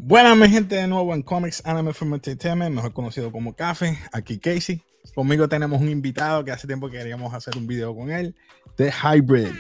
Buenas, mi gente, de nuevo en Comics Anime Film Entertainment, mejor conocido como Café. Aquí Casey. Conmigo tenemos un invitado que hace tiempo queríamos hacer un video con él, The Hybrid.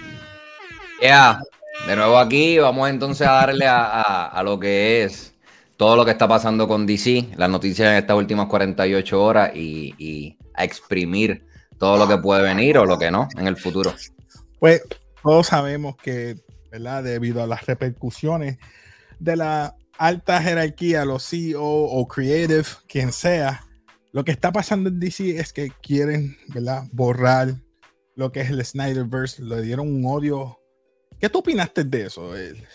De nuevo aquí, vamos entonces a darle a lo que es todo lo que está pasando con DC, las noticias en estas últimas 48 horas y a exprimir todo lo que puede venir o lo que no en el futuro. Pues todos sabemos que, ¿verdad?, debido a las repercusiones de la alta jerarquía, los CEO o creative, quien sea, lo que está pasando en DC es que quieren, ¿verdad?, borrar lo que es el Snyderverse. Le dieron un odio. ¿Qué tú opinaste de eso?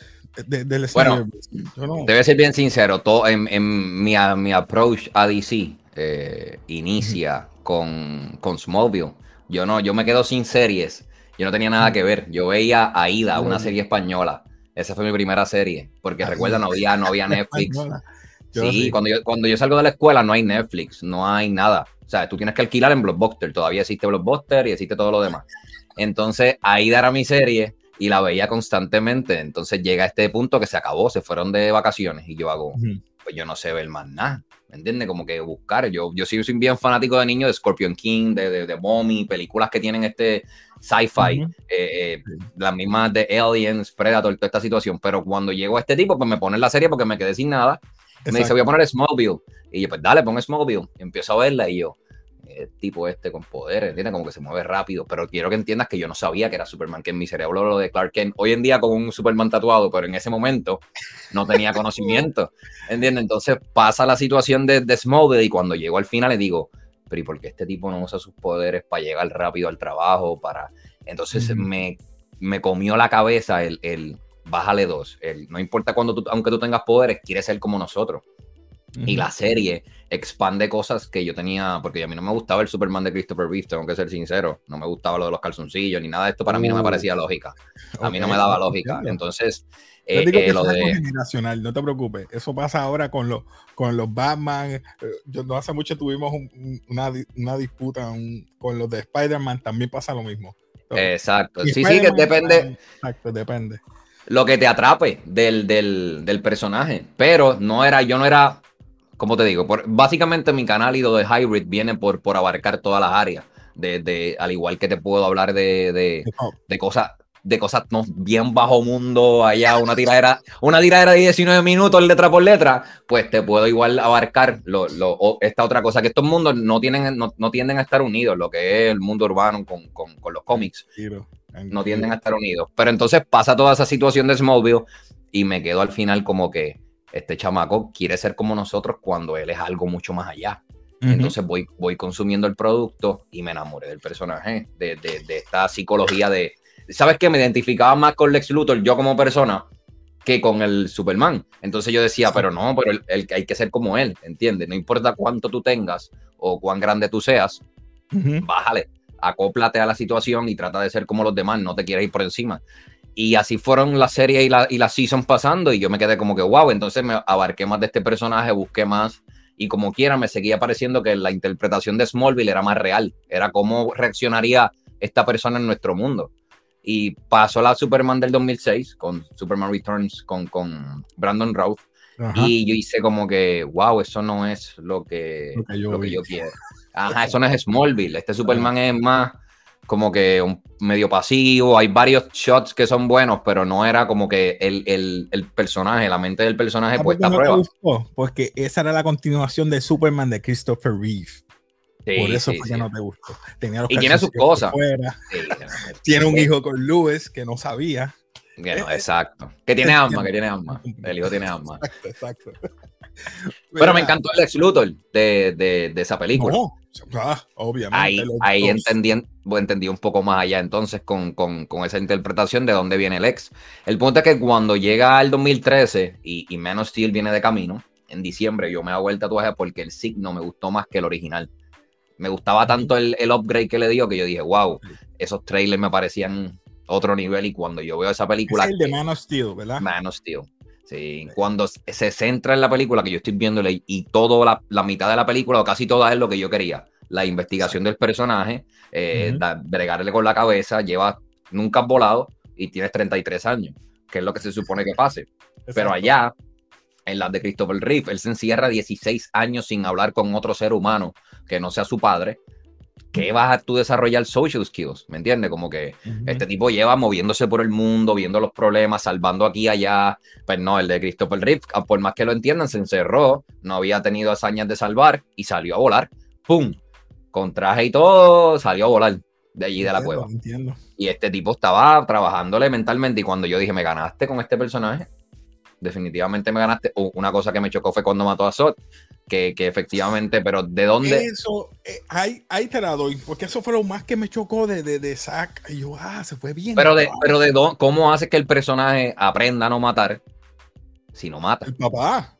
Del Bueno, no. te voy a ser bien sincero, todo en mi approach a DC inicia con Smallville. Yo me quedo sin series, yo no tenía nada que ver. Yo veía Aida, una serie española. Esa fue mi primera serie, porque recuerda, no había Netflix. Sí, cuando yo salgo de la escuela no hay Netflix, no hay nada. O sea, tú tienes que alquilar en Blockbuster, todavía existe Blockbuster y existe todo lo demás. Entonces, Aida era mi serie y la veía constantemente. Entonces llega a este punto que se acabó, se fueron de vacaciones y yo hago, pues yo no sé ver más nada, ¿me entiendes? Como que buscar, yo sí soy bien fanático de niño de Scorpion King, de Mommy, películas que tienen este sci-fi, las mismas de Aliens, Predator, toda esta situación, pero cuando llego a este tipo, pues me ponen la serie porque me quedé sin nada. Me dice, voy a poner Smallville, y yo, pues dale, pon Smallville, y empiezo a verla y yo, tipo con poderes, ¿entiendes? Como que se mueve rápido, pero quiero que entiendas que yo no sabía que era Superman, que en mi cerebro lo de Clark Kent, hoy en día con un Superman tatuado, pero en ese momento no tenía conocimiento, ¿entiendes? Entonces pasa la situación de Smallville y cuando llego al final le digo, pero ¿y por qué este tipo no usa sus poderes para llegar rápido al trabajo? Entonces me comió la cabeza el bájale dos, no importa aunque tú tengas poderes, quieres ser como nosotros. Y la serie expande cosas que yo tenía, porque a mí no me gustaba el Superman de Christopher Reeve, tengo que ser sincero. No me gustaba lo de los calzoncillos ni nada de esto, para mí no me parecía lógica. A mí no me daba lógica. Entonces, yo digo que lo de generacional, no te preocupes. Eso pasa ahora con los Batman. No hace mucho tuvimos una disputa con los de Spider-Man, también pasa lo mismo. Exacto. Sí, que depende. Exacto, depende. Lo que te atrape del personaje. Pero yo no era, como te digo, básicamente mi canal y lo de Hybrid viene por abarcar todas las áreas. Al igual que te puedo hablar de cosas no, bien bajo mundo, allá una tiradera de 19 minutos letra por letra, pues te puedo igual abarcar esta otra cosa, que estos mundos no tienden a estar unidos, lo que es el mundo urbano con los cómics. No tienden a estar unidos. Pero entonces pasa toda esa situación de Smallville y me quedo al final como que este chamaco quiere ser como nosotros cuando él es algo mucho más allá. Entonces voy consumiendo el producto y me enamoré del personaje, de esta psicología de... ¿Sabes qué? Me identificaba más con Lex Luthor, yo como persona, que con el Superman. Entonces yo decía, pero hay que ser como él, ¿entiendes? No importa cuánto tú tengas o cuán grande tú seas, bájale, acóplate a la situación y trata de ser como los demás, no te quieras ir por encima. Y así fueron las series y las seasons pasando y yo me quedé como que wow, entonces me abarqué más de este personaje, busqué más y como quiera me seguía pareciendo que la interpretación de Smallville era más real, era cómo reaccionaría esta persona en nuestro mundo. Y pasó la Superman del 2006 con Superman Returns con Brandon Routh. Y yo hice como que wow, eso no es lo que yo quiero. Eso no es Smallville. Este Superman es más como que un medio pasivo. Hay varios shots que son buenos, pero no era como que el personaje, la mente del personaje puesta a prueba. Porque esa era la continuación de Superman de Christopher Reeve. Por eso fue que no te gustó. Y tiene sus cosas. Tiene un hijo con Lewis que no sabía. Bueno, exacto. Que tiene alma. El hijo tiene alma. Exacto. Pero me encantó el Lex Luthor de esa película. Obviamente. Ahí entendí un poco más allá entonces con esa interpretación de dónde viene Lex. El punto es que cuando llega el 2013 y Man of Steel viene de camino, en diciembre yo me hago el tatuaje porque el signo me gustó más que el original. Me gustaba tanto el upgrade que le dio que yo dije, wow, esos trailers me parecían otro nivel y cuando yo veo esa película... Es el de Man of Steel, ¿verdad? Man of Steel. Sí, cuando se centra en la película que yo estoy viéndole y toda la mitad de la película o casi toda es lo que yo quería. La investigación del personaje, bregarle con la cabeza, nunca has volado y tienes 33 años, que es lo que se supone que pase. Exacto. Pero allá en las de Christopher Reeve, él se encierra 16 años sin hablar con otro ser humano que no sea su padre. ¿Qué vas a tú desarrollar social skills? ¿Me entiendes? Como que este tipo lleva moviéndose por el mundo, viendo los problemas, salvando aquí y allá. Pues no, el de Christopher Reeve, por más que lo entiendan, se encerró, no había tenido hazañas de salvar y salió a volar. ¡Pum! Con traje y todo, salió a volar de allí de la cueva. Entiendo. Y este tipo estaba trabajándole mentalmente y cuando yo dije, me ganaste con este personaje, definitivamente me ganaste. Una cosa que me chocó fue cuando mató a Zod, que efectivamente, pero ¿de dónde? Eso, ahí te la doy, porque eso fue lo más que me chocó de Zack. Y yo, se fue bien. Pero de dónde, ¿cómo hace que el personaje aprenda a no matar si no mata? El papá.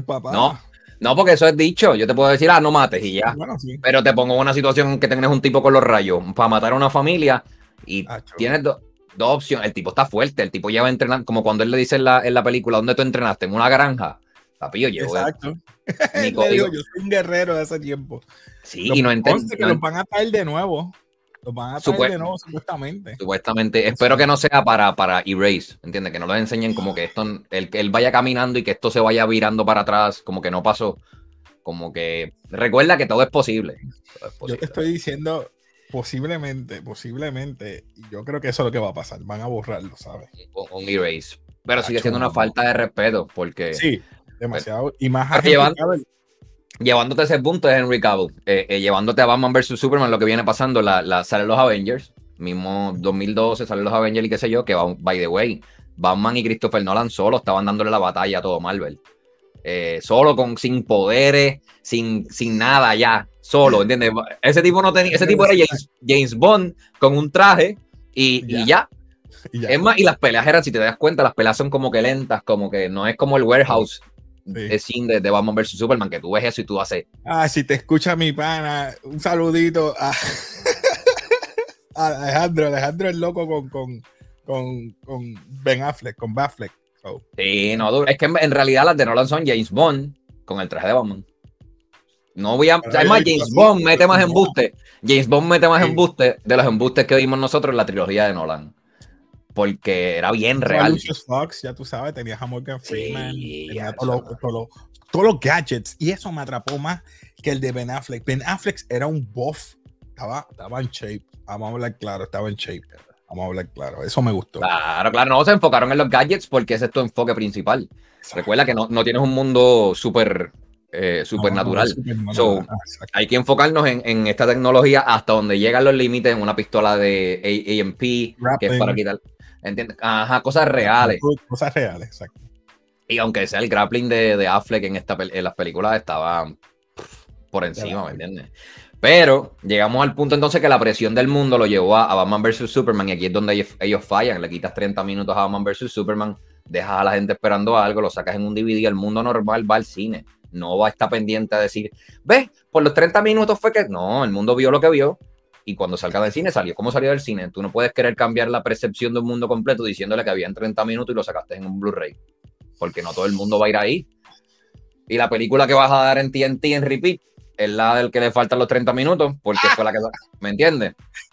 No, porque eso es dicho. Yo te puedo decir, no mates y ya. Bueno, sí. Pero te pongo en una situación en que tienes un tipo con los rayos para matar a una familia y tienes dos opciones. El tipo está fuerte, el tipo lleva entrenando, como cuando él le dice en la película, ¿dónde tú entrenaste? En una granja. Papi, yo llevo. Exacto. Yo soy un guerrero de ese tiempo. Sí, y no entiendo. Que los van a traer de nuevo. Los van a traer de nuevo, supuestamente. Supuestamente. Espero que no sea para Erase, ¿entiendes? Que no lo enseñen como que esto, que él vaya caminando y que esto se vaya virando para atrás, como que no pasó. Como que recuerda que todo es posible. Yo te estoy diciendo posiblemente, y yo creo que eso es lo que va a pasar. Van a borrarlo, ¿sabes? Un Erase. Pero sigue siendo una falta de respeto, porque... Sí, demasiado. Y más llevándote a ese punto es Henry Cavill. Llevándote a Batman vs. Superman, lo que viene pasando, salen los Avengers, mismo 2012 salen los Avengers y qué sé yo, que by the way, Batman y Christopher Nolan solo estaban dándole la batalla a todo Marvel. Solo sin poderes, sin nada ya, solo, ¿entiendes? Ese tipo no tenía, ese tipo era James Bond con un traje y ya. Es más, y las peleas eran, si te das cuenta, las peleas son como que lentas, como que no es como el Warehouse scene de Batman vs. Superman, que tú ves eso y tú haces. Si te escucha mi pana, un saludito a Alejandro. Alejandro es loco con Ben Affleck, con Batfleck. Sí, no, es que en realidad las de Nolan son James Bond con el traje de Batman. No voy a. Además, James Bond mete más embuste. James Bond mete más embuste de los embustes que vimos nosotros en la trilogía de Nolan. Porque era bien real. Lucius Fox, ya tú sabes, tenías a Morgan Freeman, tenía todos los gadgets. Y eso me atrapó más que el de Ben Affleck. Ben Affleck era un buff. Estaba en shape. Vamos a hablar claro, estaba en shape. Vamos a hablar claro. Eso me gustó. Claro. No se enfocaron en los gadgets porque ese es tu enfoque principal. Exacto. Recuerda que no tienes un mundo súper natural. Hay que enfocarnos en esta tecnología hasta donde llegan los límites en una pistola de AMP, que es para quitar. ¿Entiendes? Cosas reales. Cosas reales, exacto. Y aunque sea el grappling de Affleck en las películas estaba por encima, ¿me entiendes? Pero llegamos al punto entonces que la presión del mundo lo llevó a Batman vs. Superman y aquí es donde ellos fallan. Le quitas 30 minutos a Batman vs. Superman, dejas a la gente esperando algo, lo sacas en un DVD, el mundo normal va al cine. No va a estar pendiente a decir, ¿ves? Por los 30 minutos fue que... No, el mundo vio lo que vio y cuando salga del cine salió como salió del cine. Tú no puedes querer cambiar la percepción de un mundo completo diciéndole que habían 30 minutos y lo sacaste en un Blu-ray. Porque no todo el mundo va a ir ahí. Y la película que vas a dar en TNT en repeat es la del que le faltan los 30 minutos porque fue la que... ¿Me entiendes?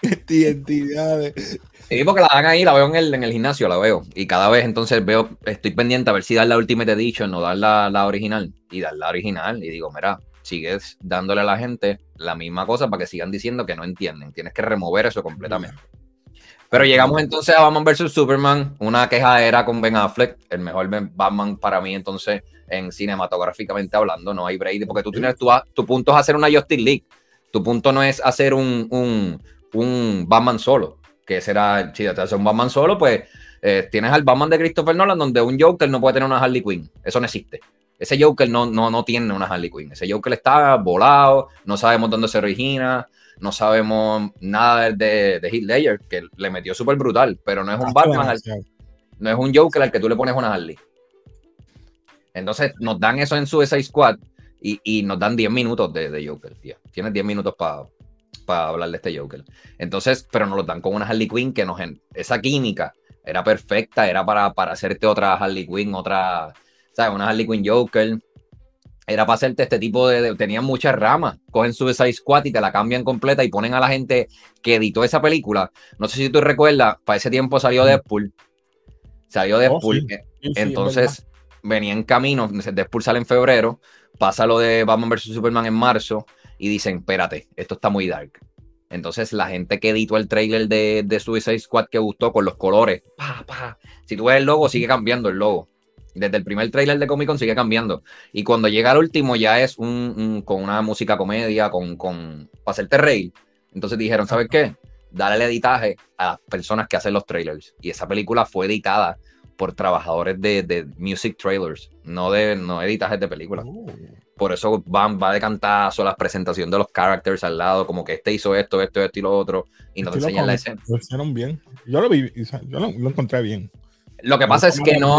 TNT, sí, porque la dan ahí, la veo en el gimnasio, la veo. Y cada vez entonces estoy pendiente a ver si dar la Ultimate Edition o dar la original. Y dar la original. Y digo, mira, sigues dándole a la gente la misma cosa para que sigan diciendo que no entienden. Tienes que remover eso completamente. Pero llegamos entonces a Batman vs. Superman, una quejadera con Ben Affleck, el mejor Batman para mí entonces en cinematográficamente hablando, no hay break, porque tú tienes tu punto es hacer una Justice League, tu punto no es hacer un Batman solo, que será, si te hace un Batman solo, pues tienes al Batman de Christopher Nolan donde un Joker no puede tener una Harley Quinn, eso no existe. Ese Joker no tiene una Harley Quinn, ese Joker está volado, no sabemos dónde se origina, no sabemos nada de Heath Ledger, que le metió súper brutal, pero no es un Batman, no es un Joker al que tú le pones una Harley. Entonces nos dan eso en Suicide Squad y nos dan 10 minutos de Joker, tío. Tienes 10 minutos para hablar de este Joker. Entonces, pero nos lo dan con una Harley Quinn que esa química era perfecta, era para hacerte otra Harley Quinn, ¿sabes? Una Harley Quinn Joker. Era para hacerte este tipo tenían muchas ramas. Cogen Suicide Squad y te la cambian completa y ponen a la gente que editó esa película. No sé si tú recuerdas, para ese tiempo salió Deadpool. Salió Deadpool. Sí, entonces venía en camino, Deadpool sale en febrero, pasa lo de Batman vs. Superman en marzo y dicen, espérate, esto está muy dark. Entonces la gente que editó el trailer de Suicide Squad que gustó con los colores, si tú ves el logo, sigue cambiando el logo. Desde el primer trailer de Comic Con sigue cambiando. Y cuando llega al último ya es con una música comedia, para hacerte reír. Entonces dijeron, ¿sabes qué? Dale el editaje a las personas que hacen los trailers. Y esa película fue editada por trabajadores de music trailers, no editajes de películas. Por eso va de cantazo la presentación de los characters al lado, como que este hizo esto y lo otro, y no te enseñan la escena. Lo hicieron bien. Yo lo vi, yo lo encontré bien. Lo que pasa es que no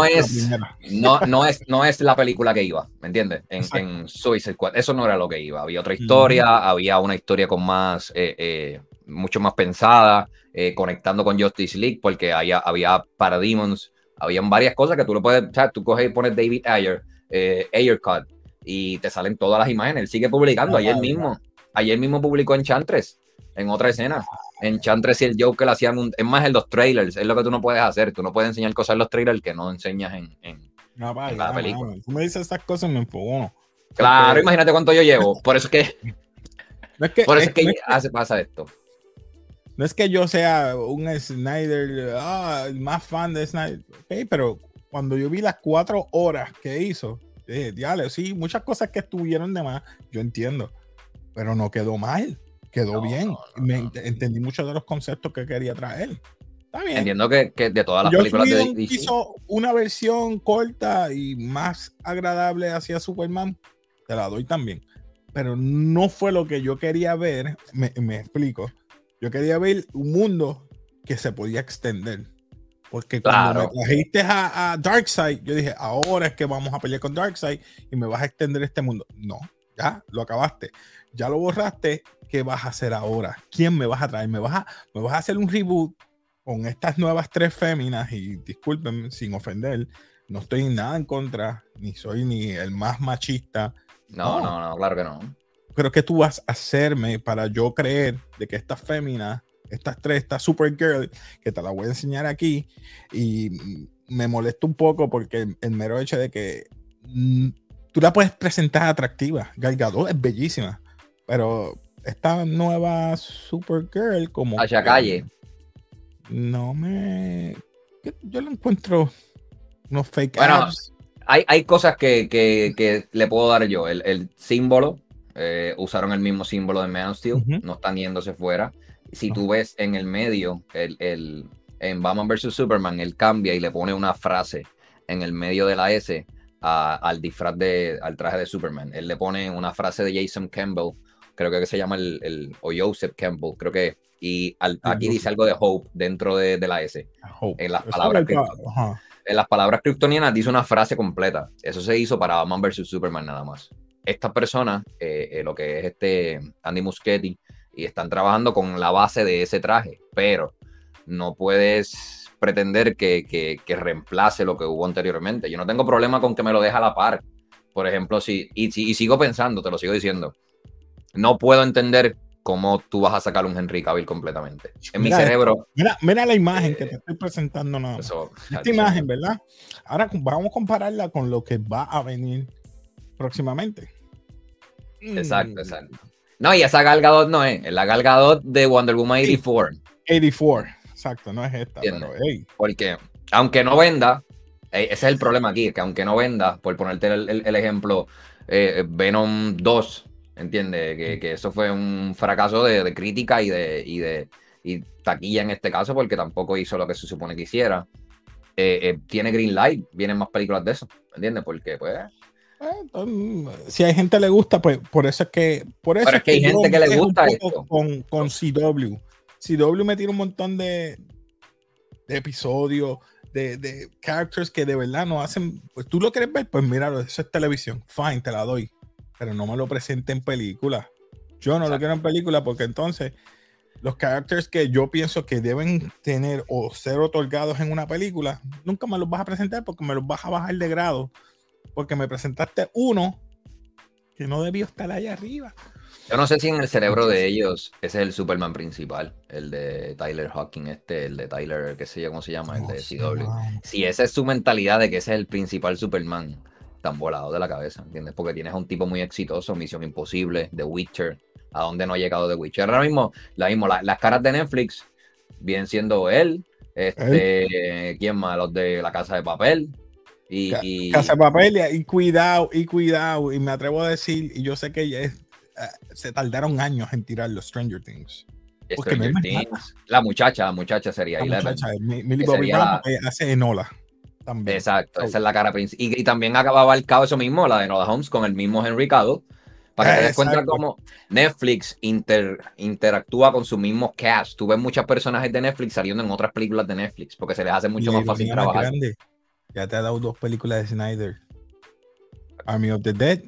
es la película que iba, ¿me entiendes? En Suicide Squad, eso no era lo que iba. Había otra historia, había una historia con más, mucho más pensada, conectando con Justice League, porque había Parademons, habían varias cosas que tú lo puedes, o sea, tú coges y pones David Ayer Cut, y te salen todas las imágenes. Él sigue publicando. Ayer mismo publicó Enchantress en otra escena. Enchantress y el Joker hacían es más en los trailers. Es lo que tú no puedes hacer. Tú no puedes enseñar cosas en los trailers que no enseñas en la película. Tú me dices estas cosas y me enfogono. Claro, imagínate cuánto yo llevo. Por eso es que pasa esto. No es que yo sea un Snyder, el más fan de Snyder, okay, pero cuando yo vi las 4 horas que hizo, dije, diale, sí, muchas cosas que estuvieron de más, yo entiendo, pero no quedó mal, quedó bien. Entendí muchos de los conceptos que quería traer. Está bien. Entiendo que de todas las películas de DC hizo una versión corta y más agradable hacia Superman, te la doy también, pero no fue lo que yo quería ver. Me explico. Yo quería ver un mundo que se podía extender. Porque cuando me trajiste a Darkseid, yo dije, ahora es que vamos a pelear con Darkseid y me vas a extender este mundo. No, ya lo acabaste. Ya lo borraste. ¿Qué vas a hacer ahora? ¿Quién me vas a traer? ¿Me vas a hacer un reboot con estas nuevas 3 féminas? Y disculpen, sin ofender, no estoy en nada en contra, ni soy ni el más machista. No, claro que no. Pero ¿qué tú vas a hacerme para yo creer de que estas féminas, estas 3, esta Supergirl, que te la voy a enseñar aquí, y me molesta un poco porque el mero hecho de que tú la puedes presentar atractiva. Gal Gadot es bellísima, pero esta nueva Supergirl como... Hacia calle. No yo lo encuentro unos fake abs. Hay cosas que le puedo dar yo. El símbolo. Usaron el mismo símbolo de Man of Steel, no están yéndose fuera. Si tú ves en el medio, en Batman vs. Superman, él cambia y le pone una frase en el medio de la S al disfraz al traje de Superman. Él le pone una frase de Jason Campbell, creo que se llama o Joseph Campbell, creo que, y aquí dice algo de Hope dentro de la S. En las palabras kryptonianas dice una frase completa. Eso se hizo para Batman vs. Superman nada más. Esta persona, lo que es Andy Muschietti, y están trabajando con la base de ese traje, pero no puedes pretender que reemplace lo que hubo anteriormente. Yo no tengo problema con que me lo deje a la par. Por ejemplo, y sigo pensando, te lo sigo diciendo, no puedo entender cómo tú vas a sacar un Henry Cavill completamente. Mi cerebro... Mira la imagen que te estoy presentando. Esta imagen, ¿verdad? Ahora vamos a compararla con lo que va a venir próximamente. Exacto. No, y esa Gal Gadot no es la Gal Gadot de Wonder Woman 84. 84, exacto, no es esta. Pero, porque aunque no venda, ese es el problema aquí, que aunque no venda, por ponerte el ejemplo, Venom 2, ¿entiendes? Que eso fue un fracaso de crítica y taquilla en este caso, porque tampoco hizo lo que se supone que hiciera. Tiene green light, vienen más películas de eso, ¿entiendes? Porque pues... si hay gente que le gusta, pues por eso es que hay gente que le gusta esto con CW. CW me tiene un montón de episodios de characters que de verdad no hacen. Pues tú lo quieres ver, pues míralo, eso es televisión, fine, te la doy, pero no me lo presente en película. Yo no lo quiero en película porque entonces los characters que yo pienso que deben tener o ser otorgados en una película, nunca me los vas a presentar porque me los vas a bajar de grado. Porque me presentaste uno que no debió estar allá arriba. Yo no sé si en el cerebro de ellos ese es el Superman principal, el de Tyler Hawking, el de Tyler, qué sé yo, ¿cómo se llama? El No de sé, CW. mano. Si esa es su mentalidad de que ese es el principal Superman, tan volado de la cabeza, ¿entiendes? Porque tienes a un tipo muy exitoso, Misión Imposible, The Witcher, ¿a dónde no ha llegado The Witcher? Ahora mismo, las caras de Netflix vienen siendo él, Él, ¿quién más? Los de La Casa de Papel Casa y de Papel y cuidado, y me atrevo a decir, y yo sé que se tardaron años en tirar los Stranger Things, porque no hay Stranger más nada. Things. La muchacha sería La Eleven, muchacha, Millie que Bobby sería Brown, la... porque hace Enola también. Exacto, Oh, esa es la cara principal. Y también acababa abarcado eso mismo, la de Enola Holmes, con el mismo Henry Cavill, para que te des cuenta exacto. cómo Netflix interactúa con su mismo cast. Tú ves muchos personajes de Netflix saliendo en otras películas de Netflix, porque se les hace Y mucho la más fácil ironía más trabajar. grande, ya te ha dado 2 películas de Snyder, Army of the Dead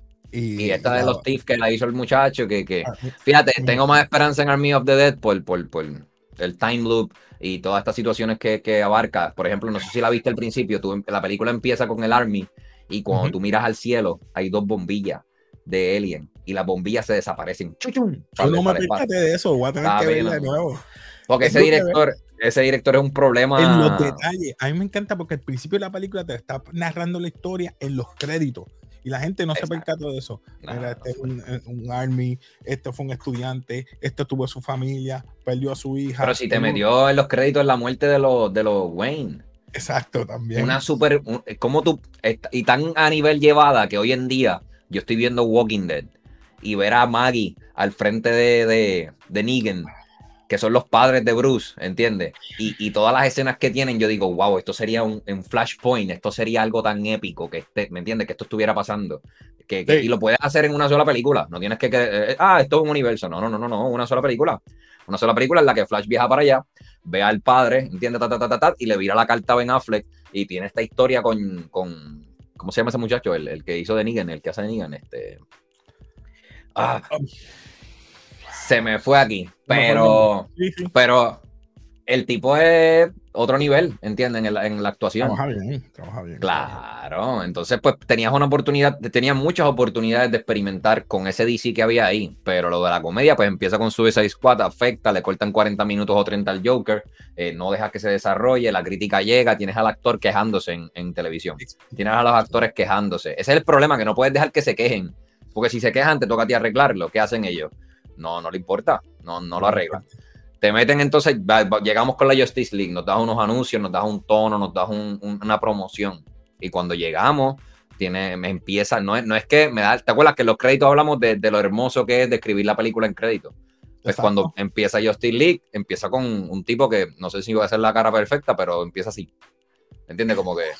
Y y esta de la... los TIFF que la hizo el muchacho, que ah, fíjate, mi- tengo más esperanza en Army of the Dead por el time loop y todas estas situaciones que abarca. Por ejemplo, no sé si la viste al principio, la película empieza con el Army y cuando Ujú. tú miras al cielo hay 2 bombillas de Alien y las bombillas se desaparecen. ¡Chuchum! Yo no me Para el espacio. percaté de eso, voy a tener que Papi, verla de no. nuevo. Porque Tengo que ver ese director es un en los problema. detalles. A mí me encanta porque al principio de la película te está narrando la historia en los créditos y la gente no se Exacto. percata de eso. No, Mira, no este es se puede. un army, este fue un estudiante, este tuvo su familia, perdió a su Pero hija. si te metió en los créditos la muerte de los Wayne. Exacto, también. Una super, como tú, y tan a nivel llevada que hoy en día yo estoy viendo Walking Dead y ver a Maggie al frente de Negan, que son los padres de Bruce, ¿entiendes? Y todas las escenas que tienen, yo digo, wow, esto sería un Flashpoint, esto sería algo tan épico que ¿me entiendes? Que esto estuviera pasando. Y Sí. lo puedes hacer en una sola película, no tienes esto es un universo, no, una sola película. Una sola película en la que Flash viaja para allá, ve al padre, ¿entiendes? Y le vira la carta a Ben Affleck y tiene esta historia ¿cómo se llama ese muchacho? El que hizo de Negan, el que hace de Negan, Ah, Um, se me fue aquí, no me fue el nombre. pero, Sí, sí. pero el tipo es otro nivel, ¿entienden? En la actuación. Trabaja bien, trabaja bien. Trabaja bien. Claro, entonces pues tenías muchas oportunidades de experimentar con ese DC que había ahí, pero lo de la comedia pues empieza con Suicide Squad, afecta, le cortan 40 minutos o 30 al Joker, no deja que se desarrolle, la crítica llega, tienes al actor quejándose en televisión, tienes a los actores quejándose, ese es el problema, que no puedes dejar que se quejen, porque si se quejan te toca a ti arreglarlo, ¿qué hacen ellos? No le importa, no lo arreglan. Te meten entonces, llegamos con la Justice League, nos das unos anuncios, nos das un tono, nos das una promoción. Y cuando llegamos, me empieza, no es que ¿te acuerdas que en los créditos hablamos de lo hermoso que es describir la película en crédito? Pues cuando Exacto. empieza Justice League, empieza con un tipo que no sé si va a hacer la cara perfecta, pero empieza así. ¿Entiendes? Como que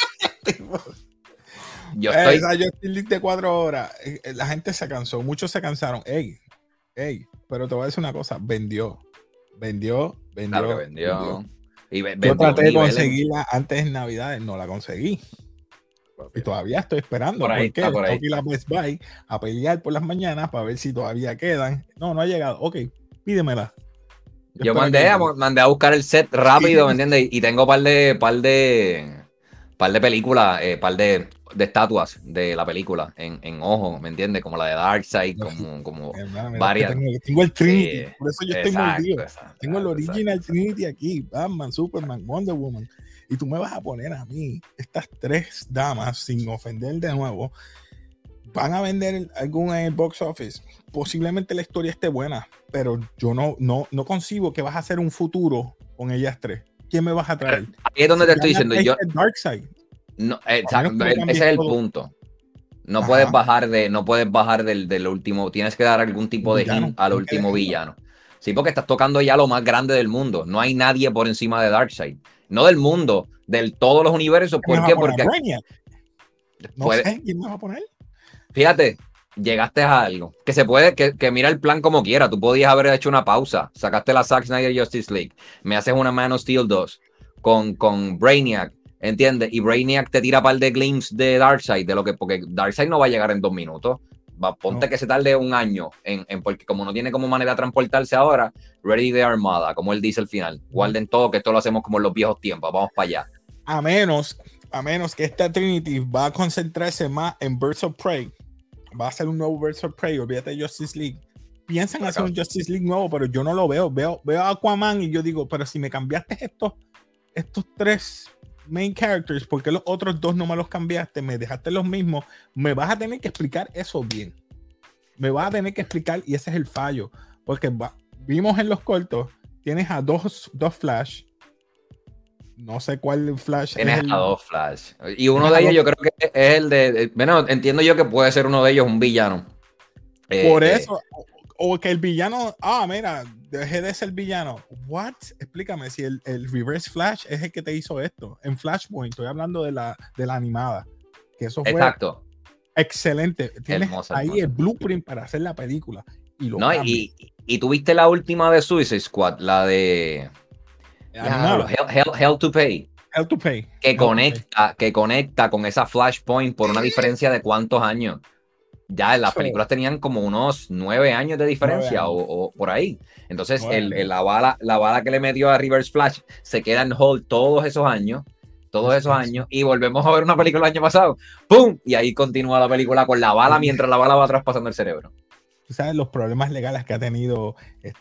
yo estoy... Esa Justice League de 4 horas, la gente se cansó, muchos se cansaron. Pero te voy a decir una cosa, vendió. Claro que vendió. Y Yo vendió un traté de nivel conseguirla antes en Navidades, no la conseguí. Y todavía estoy esperando. por ahí ¿Por qué? está, por ahí Tengo que ir a está. Best Buy a pelear por las mañanas para ver si todavía quedan. No ha llegado. Ok, pídemela. Yo Yo espero que llegue. mandé a buscar el set rápido, ¿me entiendes? Y tengo par de películas, par de estatuas de la película en ojo, ¿me entiendes? Como la de Darkseid, como Hermana, mira, varias. tengo el Sí, Trinity. Por eso yo estoy mordido. exacto, Tengo el original exacto. Trinity aquí. Batman, Superman, Wonder Woman. Y tú me vas a poner a mí, estas 3 damas, sin ofender de nuevo, van a vender algún en el box office. Posiblemente la historia esté buena, pero yo no concibo que vas a hacer un futuro con ellas 3. ¿Quién me vas a traer? Ahí es donde te estoy Ya me diciendo, traes el Darkseid, no, a menos que lo ese cambies es el todo. punto. No puedes Ajá, bajar del último, tienes que dar algún tipo de villano, hint al tienes que último dejarlo. villano. Sí, porque estás tocando ya lo más grande del mundo. No hay nadie por encima de Darkseid. No del mundo, de todos los universos. ¿Qué me ¿Por vas a qué? poner? Porque Brainiac. No puede, sé quién me vas a poner. fíjate, llegaste a algo. Que se puede, que mira el plan como quiera. Tú podías haber hecho una pausa. Sacaste la Zack Snyder Justice League. Me haces una Man of Steel 2 con Brainiac. ¿Entiendes? Y Brainiac te tira un par de glimpses de Darkseid, porque Darkseid no va a llegar en 2 minutos. Ponte No. que se tarde un año, porque como no tiene como manera de transportarse ahora, Ready de Armada, como él dice al final. Guarden todo, que esto lo hacemos como en los viejos tiempos, vamos para allá. A menos que esta Trinity va a concentrarse más en Birds of Prey. Va a ser un nuevo Birds of Prey, olvídate de Justice League. piensan hacer un Justice League nuevo, pero yo no lo veo. Veo a Aquaman y yo digo, pero si me cambiaste estos 3 main characters, ¿por qué los otros 2 no me los cambiaste? Me dejaste los mismos. Me vas a tener que explicar eso bien. Me vas a tener que explicar, y ese es el fallo. Porque vimos en los cortos, tienes a dos Flash. No sé cuál Flash tienes a 2 Flash. Y uno de ellos yo creo que es el de... Bueno, entiendo yo que puede ser uno de ellos un villano. Por eso... O que el villano, mira, dejé de ser villano. What? Explícame si el Reverse Flash es el que te hizo esto. En Flashpoint, estoy hablando de la animada. Que eso fue excelente. Tienes ahí el blueprint para hacer la película. Y tuviste la última de Suicide Squad, la de Hell to Pay. Hell to Pay. Que conecta con esa Flashpoint por una diferencia de ¿cuántos años? Ya las películas tenían como unos 9 años de diferencia o por ahí. Entonces la bala que le metió a Reverse Flash se queda en hold todos esos años y volvemos a ver una película el año pasado. ¡Pum! Y ahí continúa la película con la bala mientras la bala va traspasando el cerebro. Tú sabes los problemas legales que ha tenido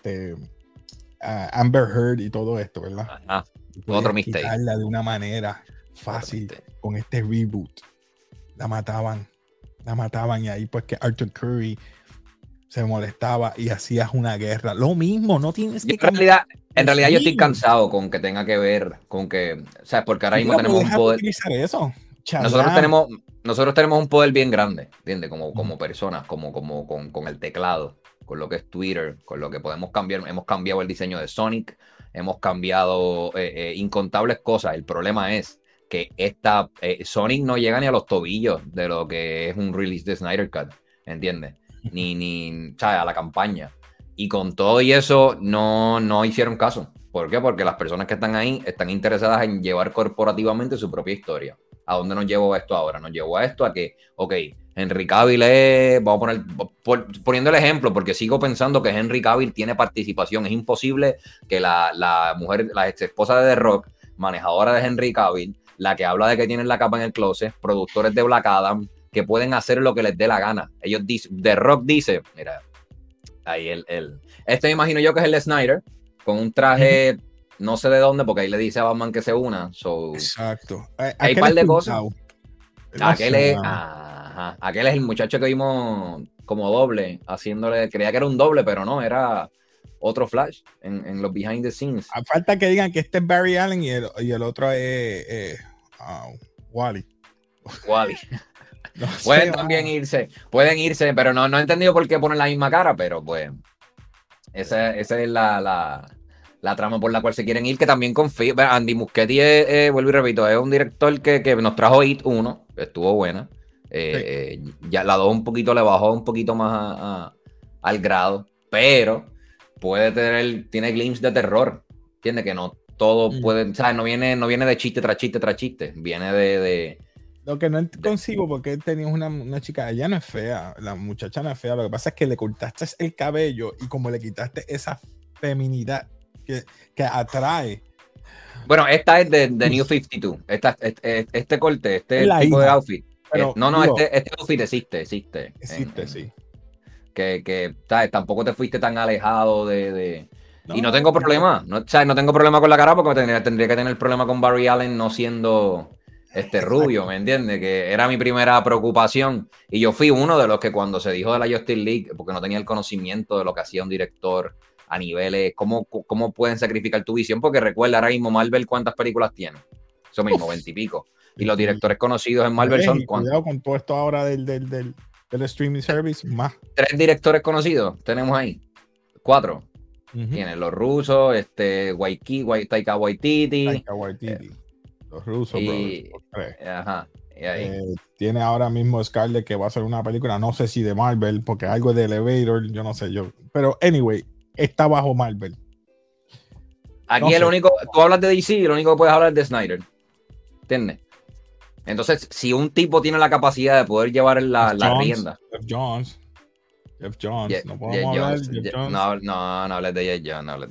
Amber Heard y todo esto, ¿verdad? Ajá. Otro mistake. De una manera fácil con este reboot. La mataban y ahí pues que Arthur Curry se molestaba y hacías una guerra. Lo mismo, no tienes que... En realidad yo estoy cansado con que tenga que ver con que... O sea, porque ahora mismo tenemos un poder... Eso. Nosotros tenemos un poder bien grande, ¿entiendes? Como personas, con el teclado, con lo que es Twitter, con lo que podemos cambiar. Hemos cambiado el diseño de Sonic, hemos cambiado incontables cosas. El problema es que Sonic no llega ni a los tobillos de lo que es un release de Snyder Cut, ¿entiendes? Ni ¿sabes? A la campaña. Y con todo y eso no hicieron caso. ¿Por qué? Porque las personas que están ahí están interesadas en llevar corporativamente su propia historia. ¿A dónde nos llevó esto ahora? Nos llevó a esto a que, Henry Cavill vamos a poner, poniendo el ejemplo, porque sigo pensando que Henry Cavill tiene participación. Es imposible que la mujer, la ex esposa de The Rock, manejadora de Henry Cavill, la que habla de que tienen la capa en el closet, productores de Black Adam, que pueden hacer lo que les dé la gana. Ellos dicen, The Rock dice, mira, ahí me imagino yo que es el de Snyder, con un traje, no sé de dónde, porque ahí le dice a Batman que se una. Exacto. Hay un par de cosas. Aquel es el muchacho que vimos como doble, creía que era un doble, pero no, era otro Flash en los behind the scenes. A falta que digan que este es Barry Allen y el otro es Wally. No pueden también irse, pero no he entendido por qué ponen la misma cara, pero pues esa es la trama por la cual se quieren ir, que también confío. Andy Muschietti, vuelvo y repito, es un director que nos trajo It 1, estuvo buena. Ya la 2 un poquito le bajó un poquito más al grado, pero tiene glimpses de terror. Entiende que no todo puede, ¿sabes? No viene de chiste tras chiste tras chiste, viene de lo que no consigo, porque tenías una chica, ella no es fea, la muchacha no es fea, lo que pasa es que le cortaste el cabello y como le quitaste esa feminidad que atrae. Bueno, esta es de New 52. Este corte, este tipo de outfit. Pero, este outfit existe. Sí. Que ¿sabes? Tampoco te fuiste tan alejado de... Y no tengo problema. No tengo problema con la cara porque tendría que tener problema con Barry Allen no siendo rubio, ¿me entiendes? Que era mi primera preocupación. Y yo fui uno de los que cuando se dijo de la Justice League, porque no tenía el conocimiento de lo que hacía un director a niveles, cómo pueden sacrificar tu visión, porque recuerda ahora mismo Marvel cuántas películas tiene. Eso mismo, 20 y pico. Y los directores conocidos en Marvel son ¿cuántos? Cuidado con todo esto ahora del streaming service, más. 3 directores conocidos tenemos ahí. 4. Tienen los rusos, Taika Waititi. Los rusos, brothers. Ajá. Tiene ahora mismo Scarlett que va a hacer una película, no sé si de Marvel, porque algo de Elevator, yo no sé yo. Pero anyway, está bajo Marvel. Aquí el único, tú hablas de DC y lo único que puedes hablar es de Snyder. ¿Entiendes? Entonces, si un tipo tiene la capacidad de poder llevar la rienda. Jeff Jones. No podemos hablar de Jeff Jones. No hables de Jeff Jones.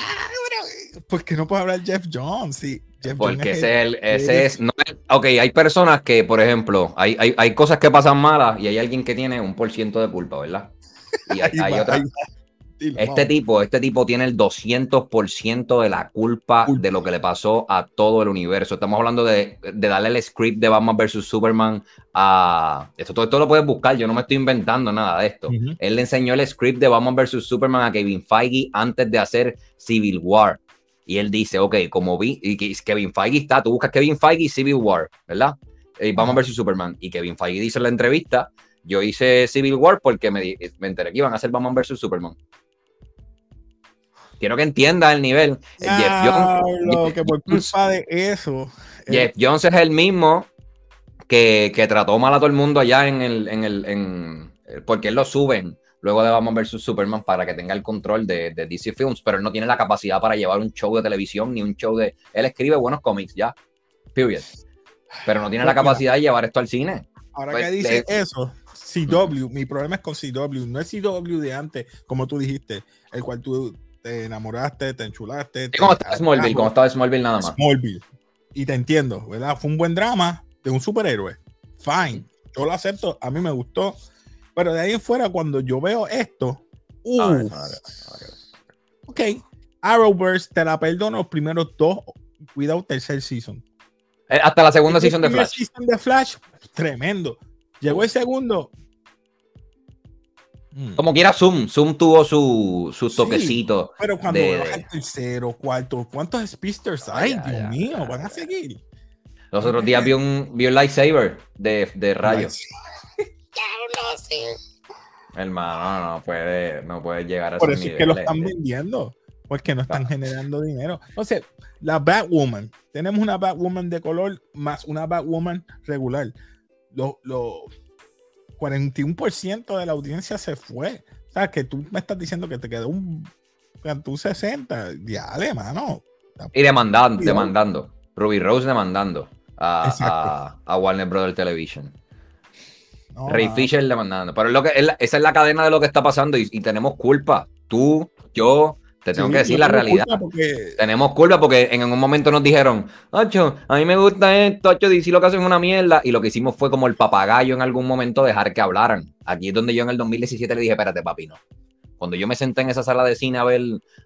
¿Por qué no puedo hablar de Jeff Jones? Sí, porque ese es. Ok, hay personas que, por ejemplo, hay cosas que pasan malas y hay alguien que tiene 1% de culpa, ¿verdad? Y hay otras. Este tipo tiene el 200% de la culpa de lo que le pasó a todo el universo. Estamos hablando de darle el script de Batman vs. Superman a... Esto lo puedes buscar, yo no me estoy inventando nada de esto. Él le enseñó el script de Batman vs. Superman a Kevin Feige antes de hacer Civil War. Y él dice, ok, como vi, y Kevin Feige está, tú buscas Kevin Feige y Civil War, ¿verdad? Batman vs. Superman. Y Kevin Feige dice en la entrevista, yo hice Civil War porque me enteré que iban a hacer Batman vs. Superman. Quiero que entienda el nivel. Que por culpa de eso. Jeff Jones es el mismo que trató mal a todo el mundo allá porque él lo suben luego de Batman vs. Superman para que tenga el control de DC Films, pero él no tiene la capacidad para llevar un show de televisión ni un show de... Él escribe buenos cómics, ya. Period. Pero no tiene la capacidad de llevar esto al cine. Ahora que dice eso, CW, mi problema es con CW, no es CW de antes, como tú dijiste, el cual tú te enamoraste, te enchulaste. Como estaba Smallville nada más. Smallville. Y te entiendo, ¿verdad? Fue un buen drama de un superhéroe. Fine. Yo lo acepto, a mí me gustó. Pero de ahí en fuera, cuando yo veo esto, ok, Arrowverse te la perdono los primeros 2, cuidado, tercer season. Hasta la segunda season de Flash. Season de Flash, tremendo. Llegó el segundo. Como quiera, Zoom tuvo su toquecito. Pero cuando vas al tercero, cuarto, ¿cuántos speedsters hay? Dios mío, van a seguir. Los otros días vi un lightsaber de rayos. No sé. Hermano, no puede llegar a por eso es que lo están vendiendo, porque no están generando dinero. Entonces, la Batwoman, tenemos una Batwoman de color más una Batwoman regular. 41% de la audiencia se fue. O sea, que tú me estás diciendo que te quedó un 60. Diale, mano. Y demandando. Ruby Rose demandando a Warner Brothers Television. Ray Fisher demandando. Pero esa es la cadena de lo que está pasando y tenemos culpa. Tú, yo, te tengo que decir la realidad. Tenemos culpa porque en un momento nos dijeron, Ocho, a mí me gusta esto, Ocho, DC lo que hacen es una mierda. Y lo que hicimos fue como el papagayo en algún momento dejar que hablaran. Aquí es donde yo en el 2017 le dije, espérate, papi, no. Cuando yo me senté en esa sala de cine a ver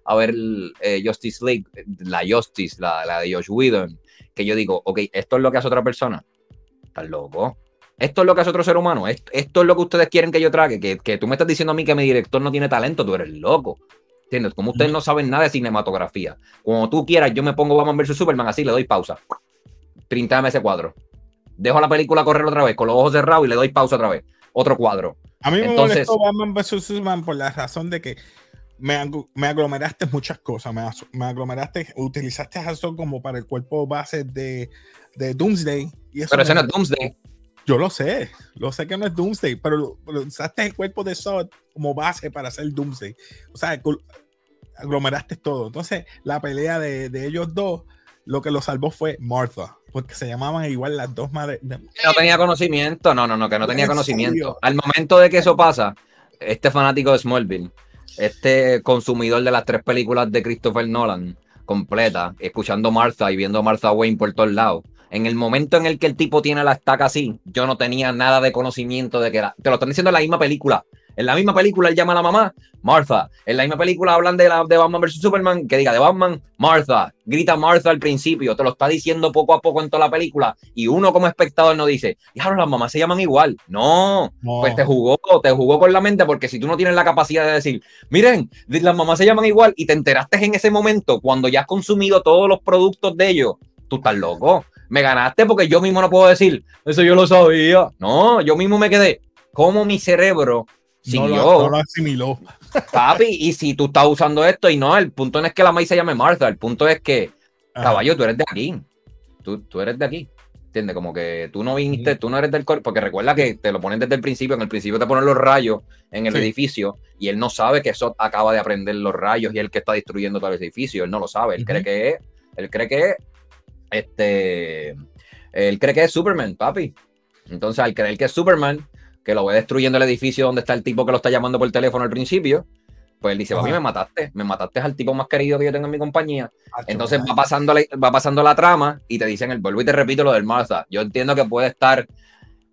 Justice League, la Justice, la de Josh Whedon, que yo digo, ok, esto es lo que hace otra persona. ¿Estás loco? Esto es lo que hace otro ser humano. Esto es lo que ustedes quieren que yo trague. Que tú me estás diciendo a mí que mi director no tiene talento. Tú eres loco. ¿Entiendes? Como ustedes no saben nada de cinematografía. Cuando tú quieras, yo me pongo Batman vs. Superman, así le doy pausa. Printame ese cuadro. Dejo la película correr otra vez con los ojos cerrados y le doy pausa otra vez. Otro cuadro. A mí me molestó Batman vs. Superman por la razón de que me aglomeraste muchas cosas. Me aglomeraste, utilizaste a Hazard como para el cuerpo base de Doomsday. Y eso pero ese no es Doomsday. Yo lo sé que no es Doomsday, pero usaste el cuerpo de Zod como base para hacer Doomsday. O sea, aglomeraste todo. Entonces, la pelea de ellos dos, lo que lo salvó fue Martha, porque se llamaban igual las dos madres. No tenía conocimiento, que no tenía conocimiento. Al momento de que eso pasa, este fanático de Smallville, este consumidor de las 3 películas de Christopher Nolan, completa, escuchando Martha y viendo a Martha Wayne por todos lados, en el momento en el que el tipo tiene la estaca así, yo no tenía nada de conocimiento de que era. Te lo están diciendo en la misma película. En la misma película él llama a la mamá, Martha. En la misma película hablan de Batman vs. Superman, que diga de Batman, Martha. Grita Martha al principio. Te lo está diciendo poco a poco en toda la película. Y uno como espectador no dice, diablo, las mamás se llaman igual. No, pues te jugó con la mente, porque si tú no tienes la capacidad de decir, miren, las mamás se llaman igual, y te enteraste en ese momento, cuando ya has consumido todos los productos de ellos, tú estás loco. Me ganaste porque yo mismo no puedo decir, eso yo lo sabía. No, yo mismo me quedé. Como mi cerebro siguió. No lo asimiló. Papi, y si tú estás usando esto y no, el punto no es que la maíz se llame Martha, el punto es que, caballo, tú eres de aquí. Tú eres de aquí. ¿Entiendes? Como que tú no viniste, tú no eres del cuerpo, porque recuerda que te lo ponen desde el principio. En el principio te ponen los rayos en el edificio y él no sabe que eso acaba de aprender los rayos y el que está destruyendo todo el edificio. Él no lo sabe. Él cree que es Superman, papi. Entonces, al creer que es Superman, que lo ve destruyendo el edificio donde está el tipo que lo está llamando por teléfono al principio, pues él dice, papi, me mataste al tipo más querido que yo tengo en mi compañía. Entonces va pasando la trama y te dicen, vuelvo y te repito lo del Martha. Yo entiendo que puede estar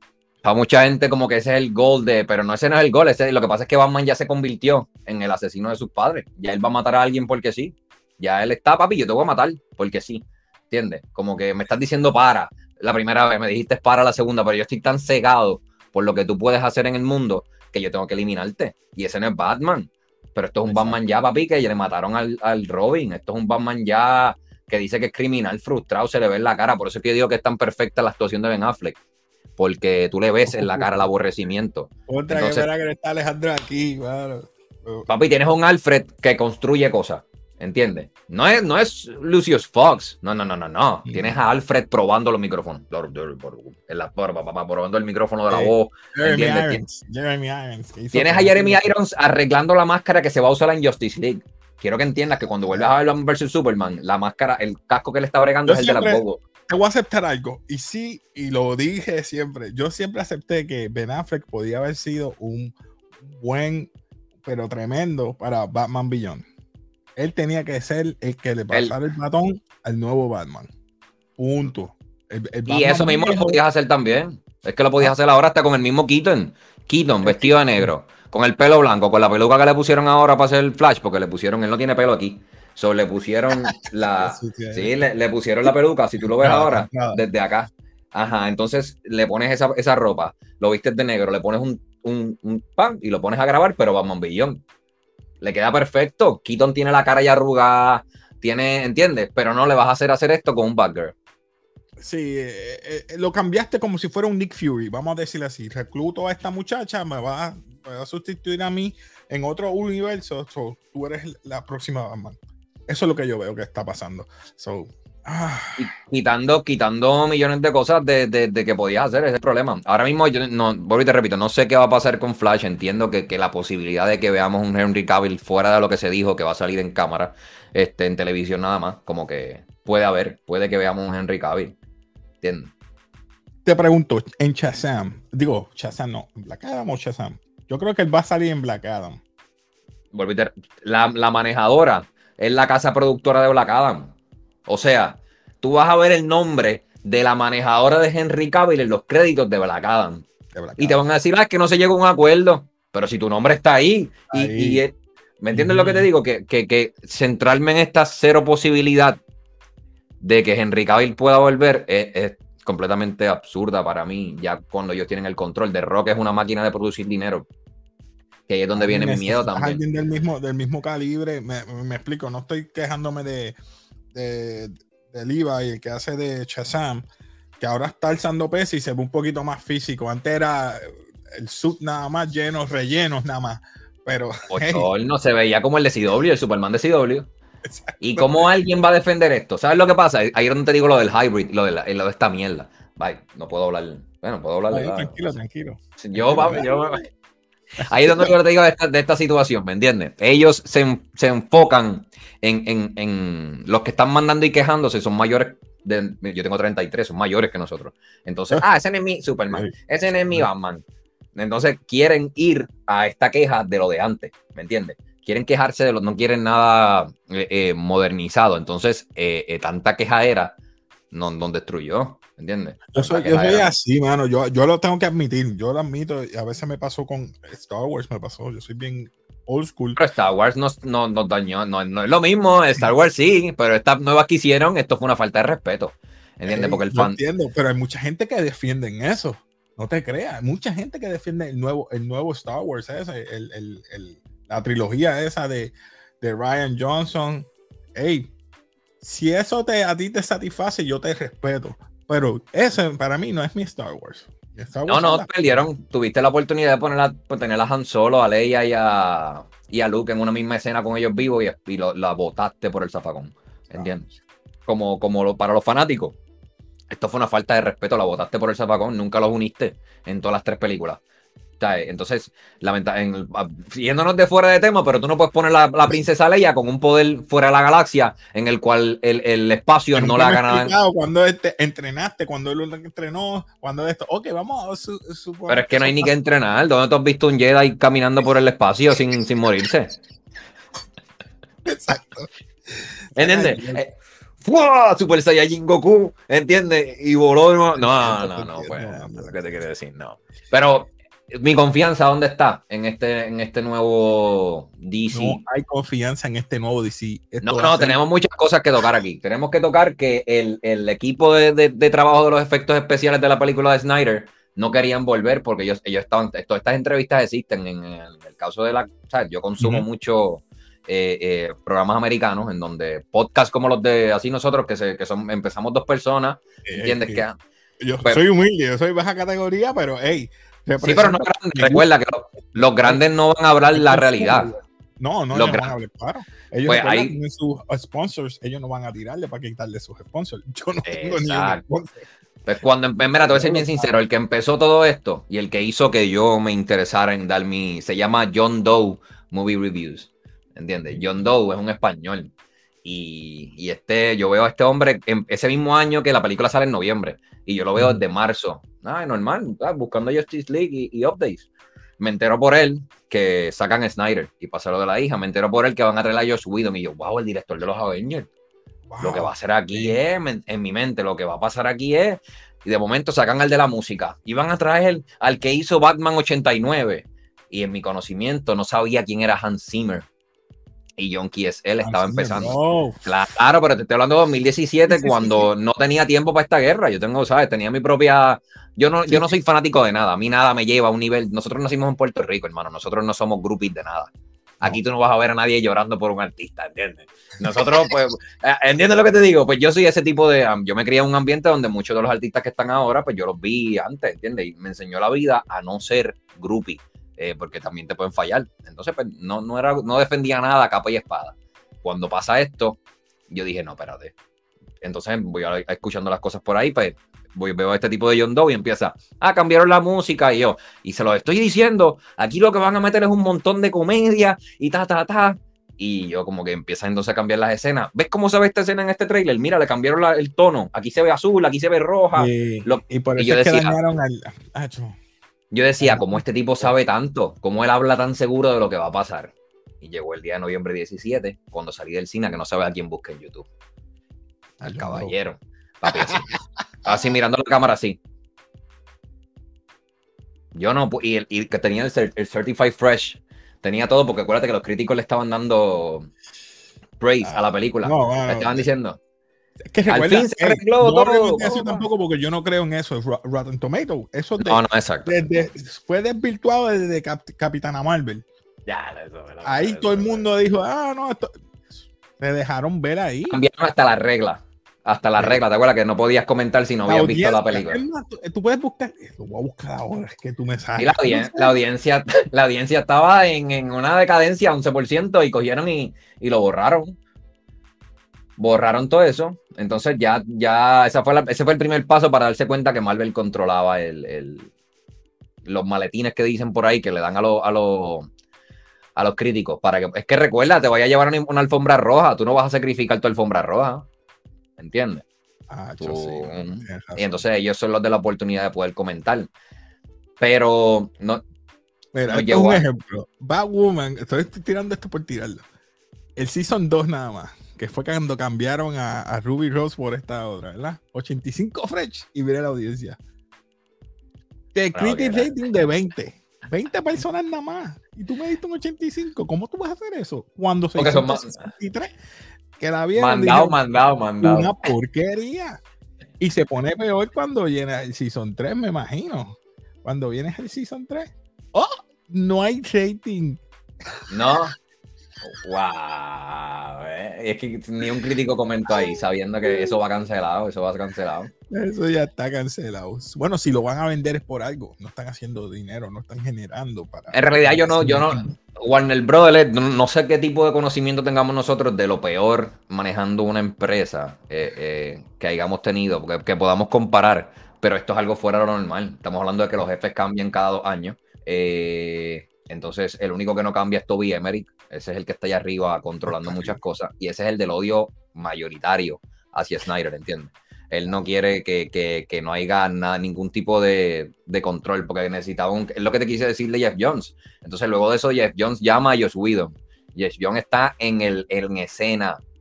Para mucha gente como que ese es el gol pero no, ese no es el gol, lo que pasa es que Batman ya se convirtió en el asesino de sus padres, ya él va a matar a alguien porque sí, ya él está, papi, yo te voy a matar porque sí, ¿entiendes? Como que me estás diciendo para, la primera vez me dijiste para la segunda, pero yo estoy tan cegado por lo que tú puedes hacer en el mundo que yo tengo que eliminarte, y ese no es Batman, pero esto es un Batman ya, papi, que le mataron al Robin, esto es un Batman ya que dice que es criminal frustrado, se le ve en la cara, por eso es que yo digo que es tan perfecta la actuación de Ben Affleck, porque tú le ves en la cara el aborrecimiento. Otra que verá que está Alejandro aquí, claro. Papi, tienes un Alfred que construye cosas, ¿entiendes? No es Lucius Fox, no. Tienes a Alfred probando los micrófonos, probando el micrófono de la voz, ¿entiendes? Jeremy Irons. Tienes a Jeremy Irons arreglando la máscara que se va a usar en Justice League. Quiero que entiendas que cuando vuelvas a ver Batman vs Superman, la máscara, el casco que le está bregando es el de la Bogo. Te voy a aceptar algo, y sí, y lo dije siempre, yo siempre acepté que Ben Affleck podía haber sido un buen, pero tremendo para Batman Beyond. Él tenía que ser el que le pasara el batón al nuevo Batman. Punto. Y eso mismo lo podías hacer también. Es que lo podías hacer ahora hasta con el mismo Keaton vestido de negro, con el pelo blanco, con la peluca que le pusieron ahora para hacer el Flash, porque le pusieron, él no tiene pelo aquí. Le pusieron le pusieron la peluca, si tú lo ves ahora, desde acá. Ajá, entonces le pones esa ropa, lo vistes de negro, le pones un pan y lo pones a grabar, pero Batman Beyond. Le queda perfecto. Keaton tiene la cara ya arrugada, ¿entiendes? Pero no le vas a hacer esto con un Batgirl. Sí, lo cambiaste como si fuera un Nick Fury, vamos a decirle así. Recluto a esta muchacha, me va a sustituir a mí en otro universo, tú eres la próxima Batman. Eso es lo que yo veo que está pasando. Quitando millones de cosas de que podías hacer, ese es el problema. Ahora mismo, vuelvo y te repito, no sé qué va a pasar con Flash. Entiendo que la posibilidad de que veamos un Henry Cavill fuera de lo que se dijo, que va a salir en cámara, en televisión nada más, como que puede que veamos un Henry Cavill. ¿Entiendes? Te pregunto, en Shazam, Black Adam o Shazam, yo creo que él va a salir en Black Adam. La manejadora es la casa productora de Black Adam. O sea, tú vas a ver el nombre de la manejadora de Henry Cavill en los créditos de Black Adam. Y te van a decir, es que no se llegó a un acuerdo. Pero si tu nombre está ahí. ¿Me entiendes lo que te digo? Que centrarme en esta cero posibilidad de que Henry Cavill pueda volver es completamente absurda para mí. Ya cuando ellos tienen el control. The Rock es una máquina de producir dinero. Que ahí es donde viene mi miedo también. Alguien del mismo calibre. Me explico, no estoy quejándome de Levi, el que hace de Shazam, que ahora está alzando peso y se ve un poquito más físico. Antes era el suit nada más lleno, rellenos nada más. Pero no se veía como el de CW, el Superman de CW. Exacto. ¿Y cómo alguien va a defender esto? ¿Sabes lo que pasa? Ahí es donde te digo lo del hybrid, lo de esta mierda. Bye, no puedo hablar. Bueno, puedo hablar. Tranquilo. Ahí es donde yo te digo de esta situación, ¿me entiendes? Ellos se enfocan en los que están mandando y quejándose, son mayores. Yo tengo 33, son mayores que nosotros. Entonces, ese no es mi Superman, ese no es mi Batman. Entonces quieren ir a esta queja de lo de antes, ¿me entiendes? Quieren quejarse no quieren nada modernizado. Entonces, tanta quejadera nos destruyó. ¿Entiendes? Yo soy así, mano. Yo lo tengo que admitir. Yo lo admito. Y a veces me pasó con Star Wars. Yo soy bien old school. Pero Star Wars nos dañó. No es lo mismo. Star Wars sí. Pero estas nuevas que hicieron, esto fue una falta de respeto. ¿Entiendes? Porque el fan. Entiendo, pero hay mucha gente que defiende eso. No te creas. Hay mucha gente que defiende el nuevo Star Wars. La trilogía esa de Rian Johnson. Hey, si eso a ti te satisface, yo te respeto. Pero ese para mí no es mi Star Wars. No, perdieron. Tuviste la oportunidad de tener a Han Solo, a Leia y a Luke en una misma escena con ellos vivos y la botaste por el zafacón. ¿Entiendes? Como para los fanáticos. Esto fue una falta de respeto, la botaste por el zafacón, nunca los uniste en todas las 3 películas. Entonces, yéndonos de fuera de tema, pero tú no puedes poner la princesa Leia con un poder fuera de la galaxia en el cual el espacio no le haga nada. Cuando entrenaste, cuando él lo entrenó, cuando esto. Ok, vamos a suponer. Pero es que no hay ni que entrenar. ¿Dónde tú has visto un Jedi caminando por el espacio sin morirse? Exacto. ¿Entiendes? ¡fua! Super Saiyajin Goku, ¿entiendes? Y voló. No, pues, ¿qué te quiere decir? No. Pero mi confianza, ¿dónde está? En este nuevo DC. No hay confianza en este nuevo DC. Tenemos muchas cosas que tocar aquí. Tenemos que tocar que el equipo de trabajo de los efectos especiales de la película de Snyder no querían volver porque ellos estaban. Todas estas entrevistas existen en el caso de la. O sea, yo consumo mucho programas americanos en donde podcasts como los de así nosotros, que son empezamos 2 personas, ¿entiendes? Yo soy humilde, yo soy baja categoría, pero hey. Sí, pero no grandes. Recuerda que los grandes no van a hablar la realidad. No van a hablar, claro. Ellos pues tienen sus sponsors, ellos no van a tirarle para quitarle sus sponsors. Yo no tengo ni un sponsor. Pues mira, te voy a ser bien sincero, el que empezó todo esto y el que hizo que yo me interesara en dar se llama John Doe Movie Reviews, ¿entiendes? John Doe es un español y yo veo a este hombre ese mismo año que la película sale en noviembre y yo lo veo desde marzo. Normal, buscando Justice League y updates. Me entero por él que sacan Snyder y pasa lo de la hija. Me entero por él que van a traer a Joss Whedon y yo, wow, el director de los Avengers. Wow, lo que va a hacer aquí es, en mi mente, lo que va a pasar aquí es, y de momento sacan al de la música y van a traer al que hizo Batman 89 y en mi conocimiento no sabía quién era Hans Zimmer. Y John Él estaba empezando. No. Claro, pero te estoy hablando de 2017 cuando no tenía tiempo para esta guerra. Yo tengo, ¿sabes? Tenía mi propia. Yo no soy fanático de nada. A mí nada me lleva a un nivel. Nosotros nacimos en Puerto Rico, hermano. Nosotros no somos groupies de nada. Aquí tú no vas a ver a nadie llorando por un artista, ¿entiendes? Nosotros, pues, ¿entiendes lo que te digo? Pues yo soy ese tipo de. Yo me crié en un ambiente donde muchos de los artistas que están ahora, pues yo los vi antes, ¿entiendes? Y me enseñó la vida a no ser groupie. Porque también te pueden fallar. Entonces, pues, no defendía nada a capa y espada. Cuando pasa esto, yo dije, no, espérate. Entonces voy escuchando las cosas por ahí, pues veo a este tipo de John Doe y empieza, cambiaron la música y se lo estoy diciendo, aquí lo que van a meter es un montón de comedia y y yo como que empieza entonces a cambiar las escenas. ¿Ves cómo se ve esta escena en este tráiler? Mira, le cambiaron el tono. Aquí se ve azul, aquí se ve roja. Y por eso es que dañaron al... Yo decía, ¿cómo este tipo sabe tanto? ¿Cómo él habla tan seguro de lo que va a pasar? Y llegó el día de noviembre 17, cuando salí del cine, que no sabe a quién busque en YouTube. Al caballero. Papi, así mirando la cámara, así. Yo no... Y que tenía el Certified Fresh. Tenía todo, porque acuérdate que los críticos le estaban dando praise a la película. Le estaban diciendo... Es que recuerda, al fin se arregló todo. Eso tampoco, porque yo no creo en eso. Rotten Tomatoes. Eso exacto. Fue desvirtuado desde Capitana Marvel. Ahí todo el mundo dijo, esto. Se dejaron ver ahí. Cambiaron hasta la regla. Hasta la regla, ¿te acuerdas? Que no podías comentar si no habías visto la película. Tú puedes buscar. Lo voy a buscar ahora, es que tú me sabes. Y la audiencia estaba en una decadencia, 11%, y cogieron y lo borraron. Borraron todo eso. Entonces ya ese fue el primer paso para darse cuenta que Marvel controlaba los maletines que dicen por ahí que le dan a los críticos. Es que recuerda, te voy a llevar una alfombra roja. Tú no vas a sacrificar tu alfombra roja. ¿Entiendes? Sí, y entonces ellos son los de la oportunidad de poder comentar. Pero no. Mira, esto es un ejemplo. Batwoman, estoy tirando esto por tirarlo. El Season 2 nada más, que fue cuando cambiaron a Ruby Rose por esta otra, ¿verdad? 85 fresh y mira la audiencia. The critic rating de 20. 20 personas nada más. Y tú me diste un 85. ¿Cómo tú vas a hacer eso? Cuando se hizo 63, que la vieron. Mandado. Una porquería. Y se pone peor cuando viene el Season 3, me imagino. Cuando viene el Season 3. ¡Oh! No hay rating. No. ¡Wow! Es que ni un crítico comentó ahí, sabiendo que eso va cancelado. Eso ya está cancelado. Bueno, si lo van a vender es por algo. No están haciendo dinero, no están generando para... En realidad yo no... Warner Brothers, no sé qué tipo de conocimiento tengamos nosotros de lo peor manejando una empresa que hayamos tenido, que podamos comparar, pero esto es algo fuera de lo normal. Estamos hablando de que los jefes cambian cada 2 años. Entonces, el único que no cambia es Toby Emmerich. Ese es el que está allá arriba controlando muchas cosas. Y ese es el del odio mayoritario hacia Snyder, ¿entiendes? Él no quiere que no haya ningún tipo de control, porque necesitaba es lo que te quise decir de Jeff Jones. Entonces, luego de eso, Jeff Jones llama a Joss Whedon. Jeff Jones está en escena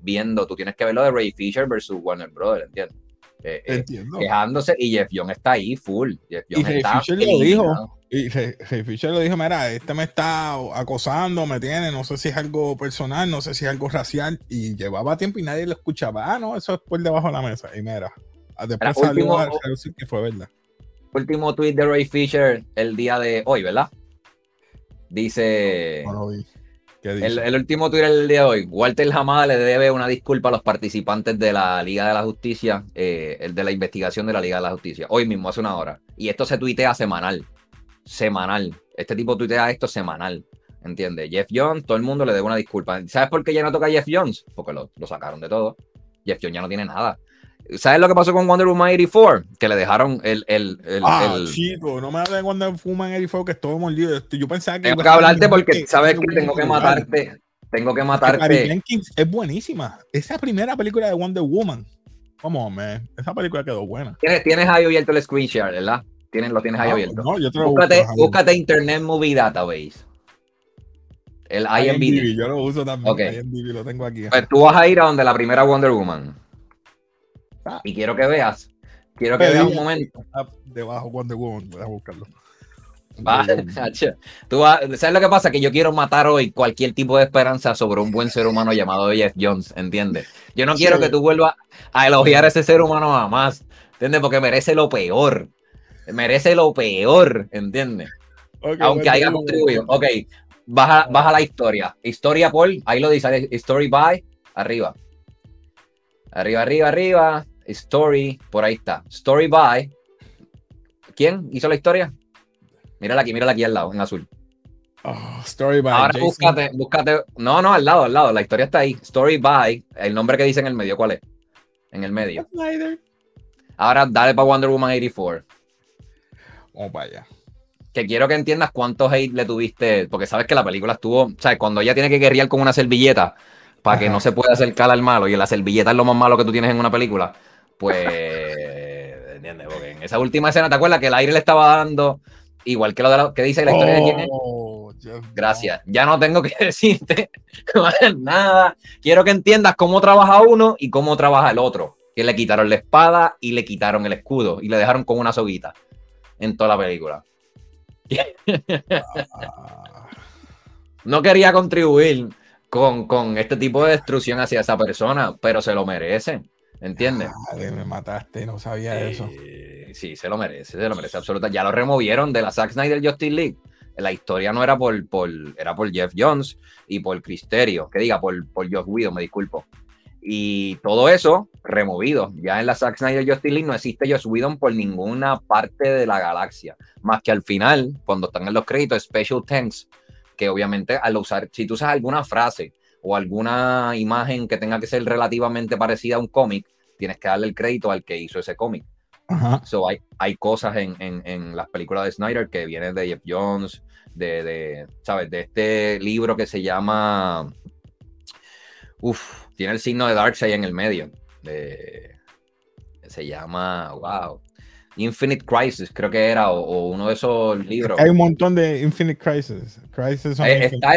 viendo, tú tienes que ver lo de Ray Fisher versus Warner Brothers, ¿entiendes? Entiendo. Quejándose, y Jeff Jones está ahí full. Jeff Y Jones Ray está Fisher lo dijo. Y Ray Fisher lo dijo, mira, este me está acosando, me tiene, no sé si es algo personal, no sé si es algo racial, y llevaba tiempo y nadie lo escuchaba. Ah, no, eso es por debajo de la mesa. Y mira, después salió a decir que fue verdad. Último tweet de Ray Fisher el día de hoy, ¿verdad? Dice... No lo vi. ¿Qué dice? El último tweet del día de hoy. Walter Hamada le debe una disculpa a los participantes de la Liga de la Justicia, el de la investigación de la Liga de la Justicia. Hoy mismo, hace una hora. Y esto se tuitea semanal. Semanal. Este tipo tuitea esto semanal. ¿Entiendes? Jeff Jones, todo el mundo le debe una disculpa. ¿Sabes por qué ya no toca a Jeff Jones? Porque lo sacaron de todo. Jeff Jones ya no tiene nada. ¿Sabes lo que pasó con Wonder Woman 84? Que le dejaron chico, no me hables de Wonder Woman 84, que estuvo mordido. Yo pensaba que... Tengo que hablarte porque sabes que tengo que matarte. Tengo que matarte. Patty Jenkins es buenísima. Esa primera película de Wonder Woman. Come on, man. Esa película quedó buena. Tienes ahí abierto el screen share, ¿verdad? Lo tienes ahí abierto. No, yo te lo búscate Internet Movie Database. El IMDb. Yo lo uso también. Okay. IMDb lo tengo aquí. Pues tú vas a ir a donde la primera Wonder Woman. Y quiero que veas un momento. Debajo Wonder Woman, voy a buscarlo. ¿Sabes lo que pasa? Que yo quiero matar hoy cualquier tipo de esperanza sobre un buen ser humano llamado Jeff Jones, ¿entiendes? Yo no quiero que tú vuelvas a elogiar a ese ser humano jamás, ¿entiendes? Porque merece lo peor, ¿entiendes? Okay, aunque haya contribuido. Ok, baja la historia. Historia por, ahí lo dice, story by, arriba. Arriba. Story, por ahí está. Story by. ¿Quién hizo la historia? Mírala aquí al lado, en azul. Story by. Ahora búscate. No, al lado. La historia está ahí. Story by. El nombre que dice en el medio, ¿cuál es? En el medio. Ahora dale para Wonder Woman 84. Vamos para allá. Que quiero que entiendas cuántos hate le tuviste, porque sabes que la película estuvo, ¿sabes? Cuando ella tiene que guerrear con una servilleta para que no se pueda acercar al malo, y la servilleta es lo más malo que tú tienes en una película, pues, ¿entiendes? Porque en esa última escena, ¿te acuerdas que el aire le estaba dando, igual que lo de que dice la historia de quién es? Gracias. Ya no tengo que decirte nada. Quiero que entiendas cómo trabaja uno y cómo trabaja el otro. Que le quitaron la espada y le quitaron el escudo y le dejaron con una soguita en toda la película. No quería contribuir con este tipo de destrucción hacia esa persona, pero se lo merece, ¿entiendes? Me mataste, no sabía eso. Sí, se lo merece absolutamente. Ya lo removieron de la Zack Snyder Justice League. La historia no era era por Jeff Jones y por Cristerio, por Joss Whedon, me disculpo. Y todo eso removido. Ya en la Zack Snyder Justice League no existe Joss Whedon por ninguna parte de la galaxia. Más que al final, cuando están en los créditos, Special Thanks, que obviamente al usar, si tú usas alguna frase o alguna imagen que tenga que ser relativamente parecida a un cómic, tienes que darle el crédito al que hizo ese cómic. So, hay cosas en las películas de Snyder que vienen de Jeff Jones, ¿sabes? De este libro que se llama... tiene el signo de Darkseid en el medio. Se llama... Wow. Infinite Crisis, creo que era, o uno de esos libros. Hay un montón de Infinite Crisis. Está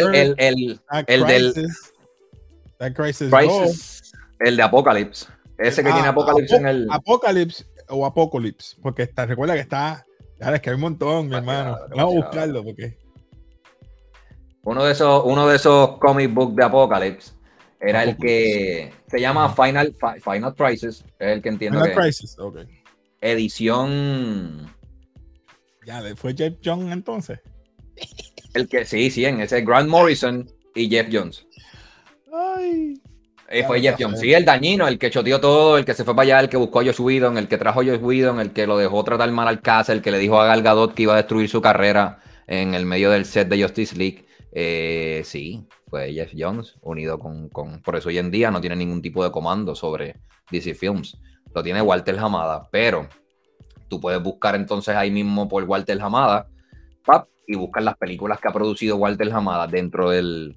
el de Apocalypse. Ese que tiene Apocalypse en el... Apocalypse o Apocalypse, porque recuerda que está... Es que hay un montón, mi hermano. Vamos a buscarlo, porque... Uno de esos comic books de Apocalypse era el que se llama Final Crisis, es el que entiendo Final que Crisis, ok. Edición... Ya, ¿fue Jeff Jones entonces? El que sí, en ese Grant Morrison y Jeff Jones. Ay... Fue Jeff Jones, sí, el dañino, el que choteó todo, el que se fue para allá, el que buscó a Joss Whedon, el que trajo a Joss Whedon, el que lo dejó tratar mal al casa, el que le dijo a Gal Gadot que iba a destruir su carrera en el medio del set de Justice League. Sí, fue Jeff Jones, unido con... Por eso hoy en día no tiene ningún tipo de comando sobre DC Films. Lo tiene Walter Hamada, pero tú puedes buscar entonces ahí mismo por Walter Hamada, y buscar las películas que ha producido Walter Hamada dentro de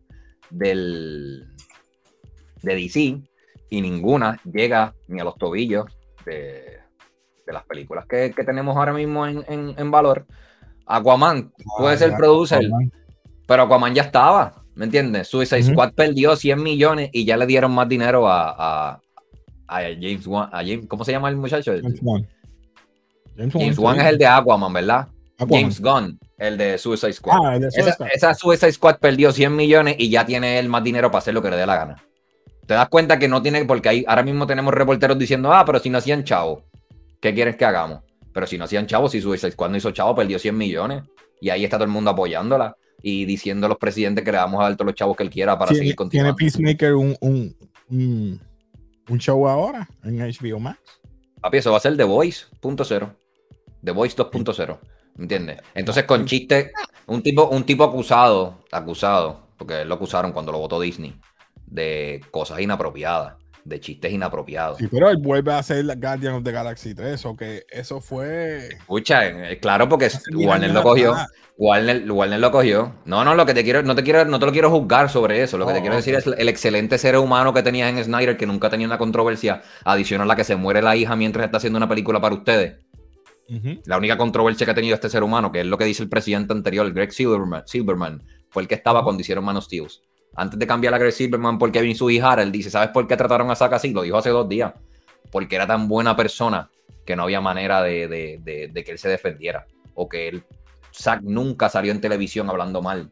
DC, y ninguna llega ni a los tobillos de las películas que tenemos ahora mismo en valor. Aquaman puede ser producer, pero Aquaman ya estaba. ¿Me entiendes? Suicide Squad perdió 100 millones y ya le dieron más dinero a James Wan. ¿Cómo se llama el muchacho? James Wan es el de Aquaman, ¿verdad? James Gunn, el de Suicide Squad. El de Suicide Squad. Esa Suicide Squad perdió 100 millones y ya tiene él más dinero para hacer lo que le dé la gana. Te das cuenta que no tiene, porque ahora mismo tenemos reporteros diciendo, pero si no hacían chavo, ¿qué quieres que hagamos? Pero si no hacían chavo, si Suicide Squad no hizo chavo, perdió 100 millones. Y ahí está todo el mundo apoyándola y diciendo a los presidentes que le vamos a dar todos los chavos que él quiera para seguir continuando. ¿Tiene Peacemaker un show ahora en HBO Max? Papi, eso va a ser The Voice .0. The Voice 2.0. ¿Me entiendes? Entonces con chistes, un tipo acusado, porque lo acusaron cuando lo votó Disney, de cosas inapropiadas, de chistes inapropiados. Sí, pero él vuelve a ser Guardian of the Galaxy 3, o que eso fue... Escucha, claro, porque Warner lo cogió. Warner lo cogió. No, no te lo quiero juzgar sobre eso. Lo que te quiero decir es el excelente ser humano que tenías en Snyder, que nunca tenía una controversia adicional a la que se muere la hija mientras está haciendo una película para ustedes. La única controversia que ha tenido este ser humano, que es lo que dice el presidente anterior, Greg Silverman, fue el que estaba cuando hicieron Man of Steel. Antes de cambiar a Greg Silverman por Kevin Sugihara, él dice, ¿sabes por qué trataron a Zack así? Lo dijo hace 2 días. Porque era tan buena persona que no había manera de que él se defendiera. O que Zack nunca salió en televisión hablando mal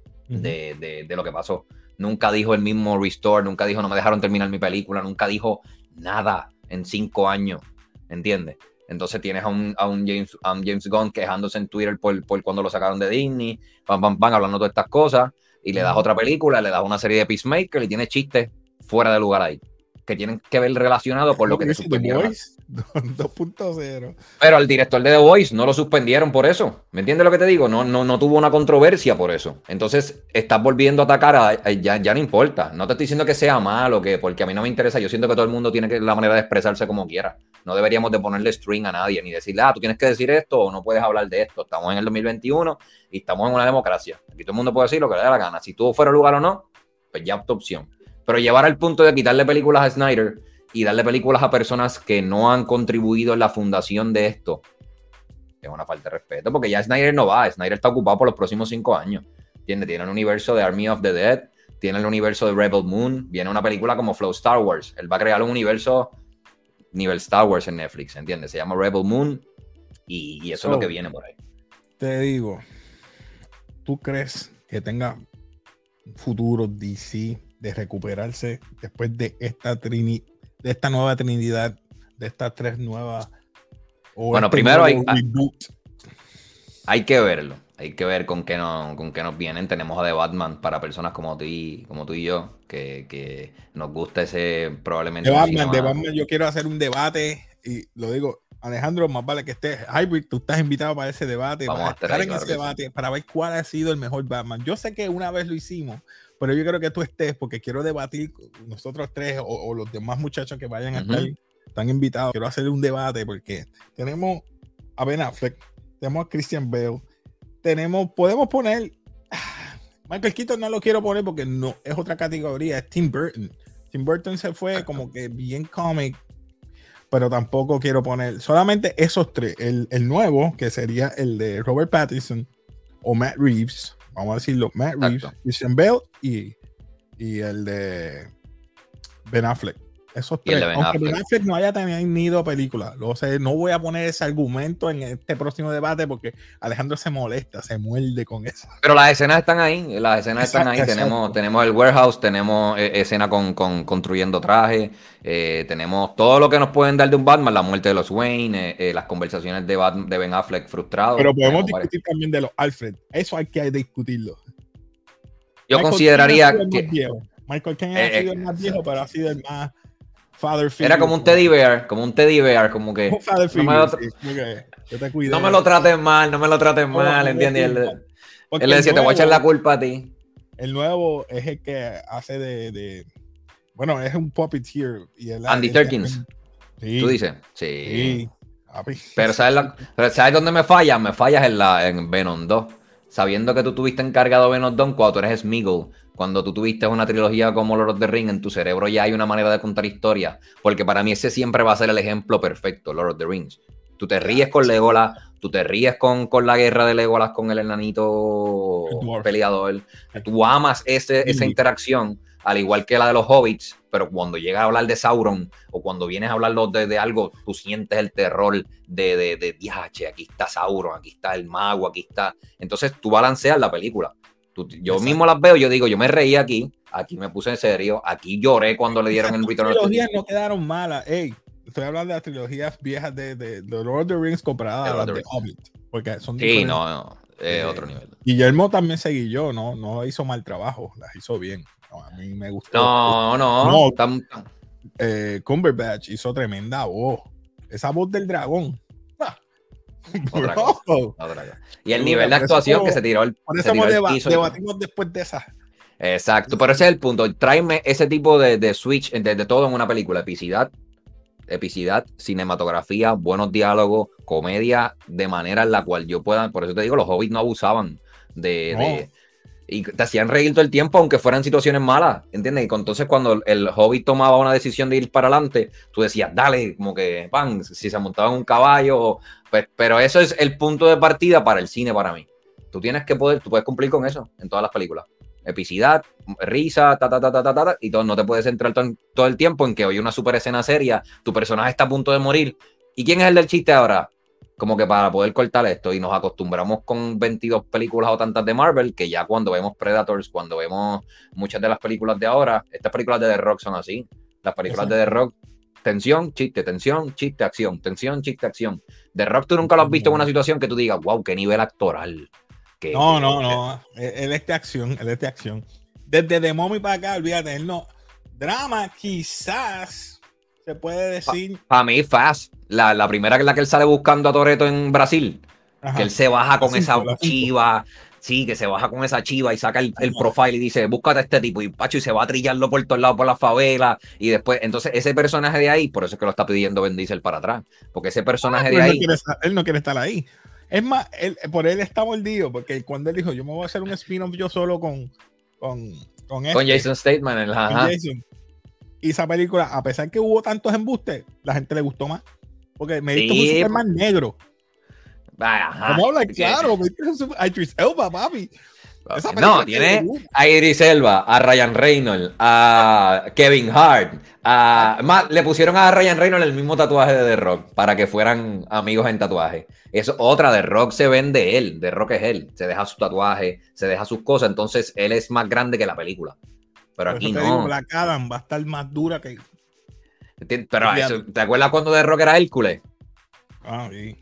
de lo que pasó. Nunca dijo el mismo restore, nunca dijo no me dejaron terminar mi película, nunca dijo nada en 5 años. ¿Entiendes? Entonces tienes a un James Gunn quejándose en Twitter por cuando lo sacaron de Disney, hablando de todas estas cosas, y le das otra película, le das una serie de Peacemaker y tiene chistes fuera de lugar ahí, que tienen que ver relacionados por lo que te suspendieron. 2.0. Pero al director de The Voice no lo suspendieron por eso. ¿Me entiendes lo que te digo? No tuvo una controversia por eso. Entonces estás volviendo a atacar ya no importa. No te estoy diciendo que sea malo, porque a mí no me interesa. Yo siento que todo el mundo tiene la manera de expresarse como quiera. No deberíamos de ponerle string a nadie, ni decirle, tú tienes que decir esto o no puedes hablar de esto. Estamos en el 2021 y estamos en una democracia. Aquí todo el mundo puede decir lo que le dé la gana. Si tuvo fuera lugar o no, pues ya es tu opción. Pero llevar al punto de quitarle películas a Snyder y darle películas a personas que no han contribuido en la fundación de esto es una falta de respeto, porque ya Snyder no va. Snyder está ocupado por los próximos 5 años. Tiene el universo de Army of the Dead, tiene el universo de Rebel Moon, viene una película como Flow Star Wars. Él va a crear un universo nivel Star Wars en Netflix, ¿entiendes? Se llama Rebel Moon y eso es lo que viene por ahí. Te digo, ¿tú crees que tenga un futuro DC de recuperarse después de esta nueva trinidad, de estas 3 nuevas? Bueno, primero hay que verlo. Hay que ver con qué nos vienen. Tenemos a The Batman para personas como tú y yo, que nos gusta ese probablemente. The Batman, yo quiero hacer un debate y lo digo, Alejandro, más vale que estés Hybrid, tú estás invitado para ese debate. Vamos a estar en ese debate para ver cuál ha sido el mejor Batman. Yo sé que una vez lo hicimos, pero yo quiero que tú estés porque quiero debatir nosotros 3 o los demás muchachos que vayan a estar, están invitados. Quiero hacer un debate porque tenemos a Ben Affleck, tenemos a Christian Bale, podemos poner Michael Keaton. No lo quiero poner porque no es otra categoría, es Tim Burton. Tim Burton se fue como que bien cómic, pero tampoco quiero poner solamente esos 3. El nuevo, que sería el de Robert Pattinson o Matt Reeves, vamos a decirlo, Matt Reeves, Christian Bale y el de Ben Affleck. Esos 3. Aunque Ben Affleck no haya tenido película, lo sé, no voy a poner ese argumento en este próximo debate porque Alejandro se molesta, se muerde con eso. Pero las escenas están ahí, tenemos el warehouse, tenemos escena con construyendo trajes, tenemos todo lo que nos pueden dar de un Batman, la muerte de los Wayne, las conversaciones de Ben Affleck frustrado. Pero podemos discutir también de los Alfred, eso hay que discutirlo. Yo consideraría que Michael Caine ha sido el más viejo, pero ha sido el más father figure. Era como un teddy bear, como que no me lo trates mal, ¿entiendes? Él le decía, te voy a echar la culpa a ti. El nuevo es el que hace bueno, es un puppeteer. Andy Serkis. Sí. ¿Tú dices? Sí. Pero ¿sabes dónde me fallas? Me fallas en Venom 2. Sabiendo que tú tuviste encargado Venom 2 cuando tú eres Smeagol. Cuando tú tuviste una trilogía como Lord of the Rings, en tu cerebro ya hay una manera de contar historia. Porque para mí ese siempre va a ser el ejemplo perfecto, Lord of the Rings. Tú te ríes con Legolas, tú te ríes con la guerra de Legolas con el enanito peleador. Tú amas esa interacción, al igual que la de los hobbits, pero cuando llegas a hablar de Sauron o cuando vienes a hablar de algo, tú sientes el terror de diache, aquí está Sauron, aquí está el mago, aquí está. Entonces tú balanceas la película. Yo mismo las veo, yo digo, yo me reí aquí me puse en serio, aquí lloré cuando le dieron el Return of the King. Las trilogías no quedaron malas, estoy hablando de las trilogías viejas de Lord of the Rings comparadas a las de Hobbit, porque son diferentes. Sí, otro nivel. Guillermo también seguí no hizo mal trabajo, las hizo bien. No, a mí me gustó. No. Cumberbatch hizo tremenda voz. Esa voz del dragón. Otra cosa. Y el nivel de actuación que se tiró el debatimos después de esa. Exacto, pero ese es el punto. Tráeme ese tipo de switch de todo en una película. Epicidad, cinematografía, buenos diálogos, comedia, de manera en la cual yo pueda. Por eso te digo, los hobbits no abusaban y te hacían reír todo el tiempo, aunque fueran situaciones malas, ¿entiendes? Y entonces cuando el hobbit tomaba una decisión de ir para adelante, tú decías, dale, como que, pan, si se montaba en un caballo, pues, pero eso es el punto de partida para el cine para mí. Tú puedes cumplir con eso en todas las películas. Epicidad, risa, y todo, no te puedes centrar todo el tiempo en que hoy una super escena seria, tu personaje está a punto de morir. ¿Y quién es el del chiste ahora? Como que para poder cortar esto, y nos acostumbramos con 22 películas o tantas de Marvel, que ya cuando vemos Predators, cuando vemos muchas de las películas de ahora, estas películas de The Rock son así. Las películas de The Rock, tensión, chiste, acción, tensión, chiste, acción. The Rock tú nunca lo has visto en una situación que tú digas, wow, qué nivel actoral. No. Él es de acción. Desde The Mommy para acá, olvídate, él no. Drama, quizás se puede decir. Para mí, Fast. La primera que es la que él sale buscando a Toretto en Brasil. Ajá. Que él se baja con esa chiva. Sí, que se baja con esa chiva y saca el profile y dice, búscate a este tipo. Y Pacho, y se va a trillarlo por todos lados por la favela. Y después, entonces, ese personaje de ahí, por eso es que lo está pidiendo Vin Diesel para atrás. Porque ese personaje de ahí. Él no quiere estar ahí. Es más, por él está mordido, porque cuando él dijo, yo me voy a hacer un spin-off yo solo con Jason Statham. Y esa película, a pesar que hubo tantos embustes, la gente le gustó más. Porque me visto un Superman negro. Como claro, me visto a Idris Elba, papi. No, tiene a Idris Elba, a Ryan Reynolds, a Kevin Hart. Le pusieron a Ryan Reynolds el mismo tatuaje de The Rock para que fueran amigos en tatuaje. Eso, otra, The Rock se vende él. The Rock es él. Se deja su tatuaje, se deja sus cosas. Entonces él es más grande que la película. Pero aquí no. Digo, Black Adam va a estar más dura que. Pero eso, ¿te acuerdas cuando The Rock era Hércules? Sí.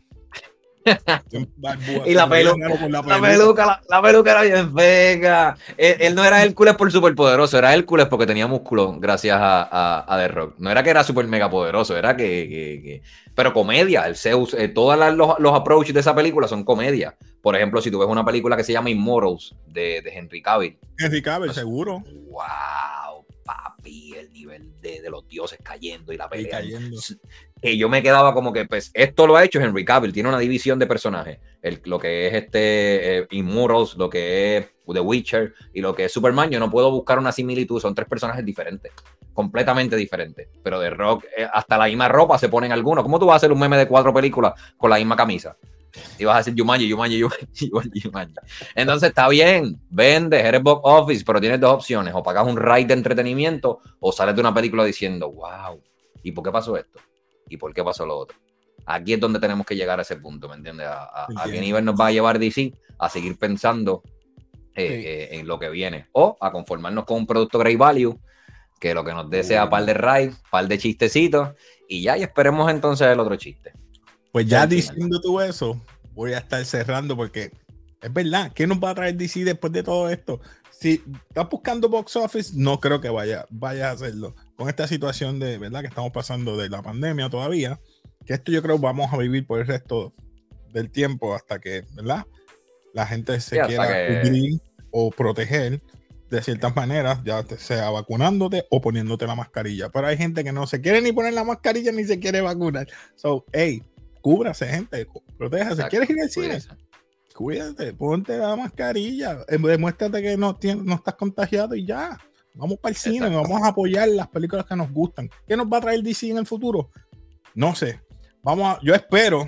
Y la peluca era bien fea. Él no era Hércules por superpoderoso, era Hércules porque tenía músculo gracias a The Rock. No era que era super mega poderoso, era que... Pero comedia, el Zeus, todos los approaches de esa película son comedia. Por ejemplo, si tú ves una película que se llama Immortals de Henry Cavill. Entonces, seguro. Wow, papi, el nivel de los dioses cayendo y la pelea. Y yo me quedaba como que, pues, esto lo ha hecho Henry Cavill, tiene una división de personajes. Lo que es Immortals, lo que es The Witcher y lo que es Superman, yo no puedo buscar una similitud, son tres personajes diferentes, completamente diferentes. Pero de Rock, hasta la misma ropa se ponen algunos. ¿Cómo tú vas a hacer un meme de 4 películas con la misma camisa? Y vas a decir Jumanji. Entonces está bien, vende, eres box office, pero tienes dos opciones: o pagas un ride de entretenimiento o sales de una película diciendo, wow, ¿y por qué pasó esto? ¿Y por qué pasó lo otro? Aquí es donde tenemos que llegar a ese punto, ¿me entiendes? ¿A qué nivel nos va a llevar DC? A seguir pensando en lo que viene, o a conformarnos con un producto Great Value, que lo que nos dé sea par de rides, par de chistecitos, y esperemos entonces el otro chiste. Pues ya diciendo tú eso, voy a estar cerrando porque es verdad, ¿qué nos va a traer DC después de todo esto? Si estás buscando box office, no creo que vaya a hacerlo. Con esta situación de verdad que estamos pasando de la pandemia todavía, que esto yo creo vamos a vivir por el resto del tiempo hasta que, ¿verdad? La gente se quiera cubrir o proteger de ciertas maneras, ya sea vacunándote o poniéndote la mascarilla. Pero hay gente que no se quiere ni poner la mascarilla ni se quiere vacunar. So, cúbrase, gente, protéjase. ¿Quieres ir al cine? Cuídate, ponte la mascarilla, demuéstrate que no estás contagiado y ya. Vamos para el cine, vamos a apoyar las películas que nos gustan. ¿Qué nos va a traer DC en el futuro? No sé. Yo espero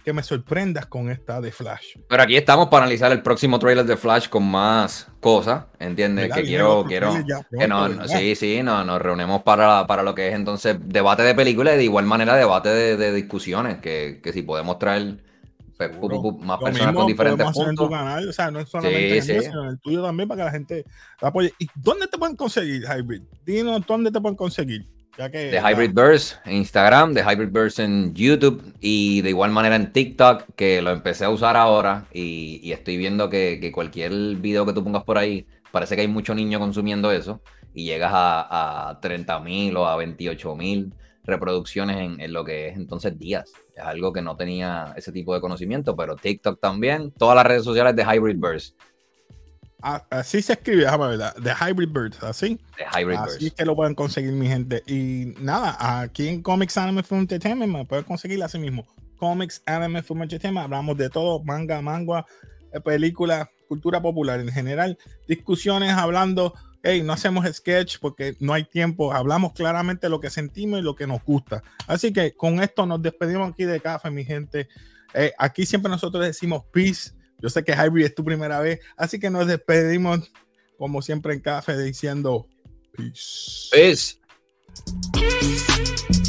que me sorprendas con esta de Flash. Pero aquí estamos para analizar el próximo trailer de Flash con más cosas, ¿entiendes? ¿Verdad? Que Viene quiero, otro trailer ya que pronto, no, ¿verdad? sí, nos reunimos para lo que es entonces debate de películas y de igual manera debate de discusiones, que si podemos traer pues, Seguro. más Lo personas con mismo diferentes podemos hacer en tu puntos. canal, o sea, no es solamente en Sí, el mío, sí. sino en el tuyo también para que la gente apoye. ¿Y dónde te pueden conseguir, Hybrid? Dinos dónde te pueden conseguir. Ya que, De Hybridverse en Instagram, de Hybridverse en YouTube y de igual manera en TikTok, que lo empecé a usar ahora y estoy viendo que cualquier video que tú pongas por ahí, parece que hay mucho niño consumiendo eso y llegas a 30.000 o a 28.000 reproducciones en lo que es entonces días. Es algo que no tenía ese tipo de conocimiento, pero TikTok también, todas las redes sociales de Hybridverse. Así se escribe, déjame ver, The Hybrid Birds, así. De Así es Hybridverse. que lo pueden conseguir, mi gente. Y nada, aquí en Comics Anime Film Entertainment me pueden conseguir así mismo. Comics Anime Film Entertainment, hablamos de todo, manga, películas, cultura popular en general, discusiones hablando, hey, no hacemos sketch porque no hay tiempo, hablamos claramente lo que sentimos y lo que nos gusta. Así que con esto nos despedimos aquí de Café, mi gente. Aquí siempre nosotros decimos peace. Yo sé que Hybrid es tu primera vez, así que nos despedimos como siempre en Café diciendo peace. Peace.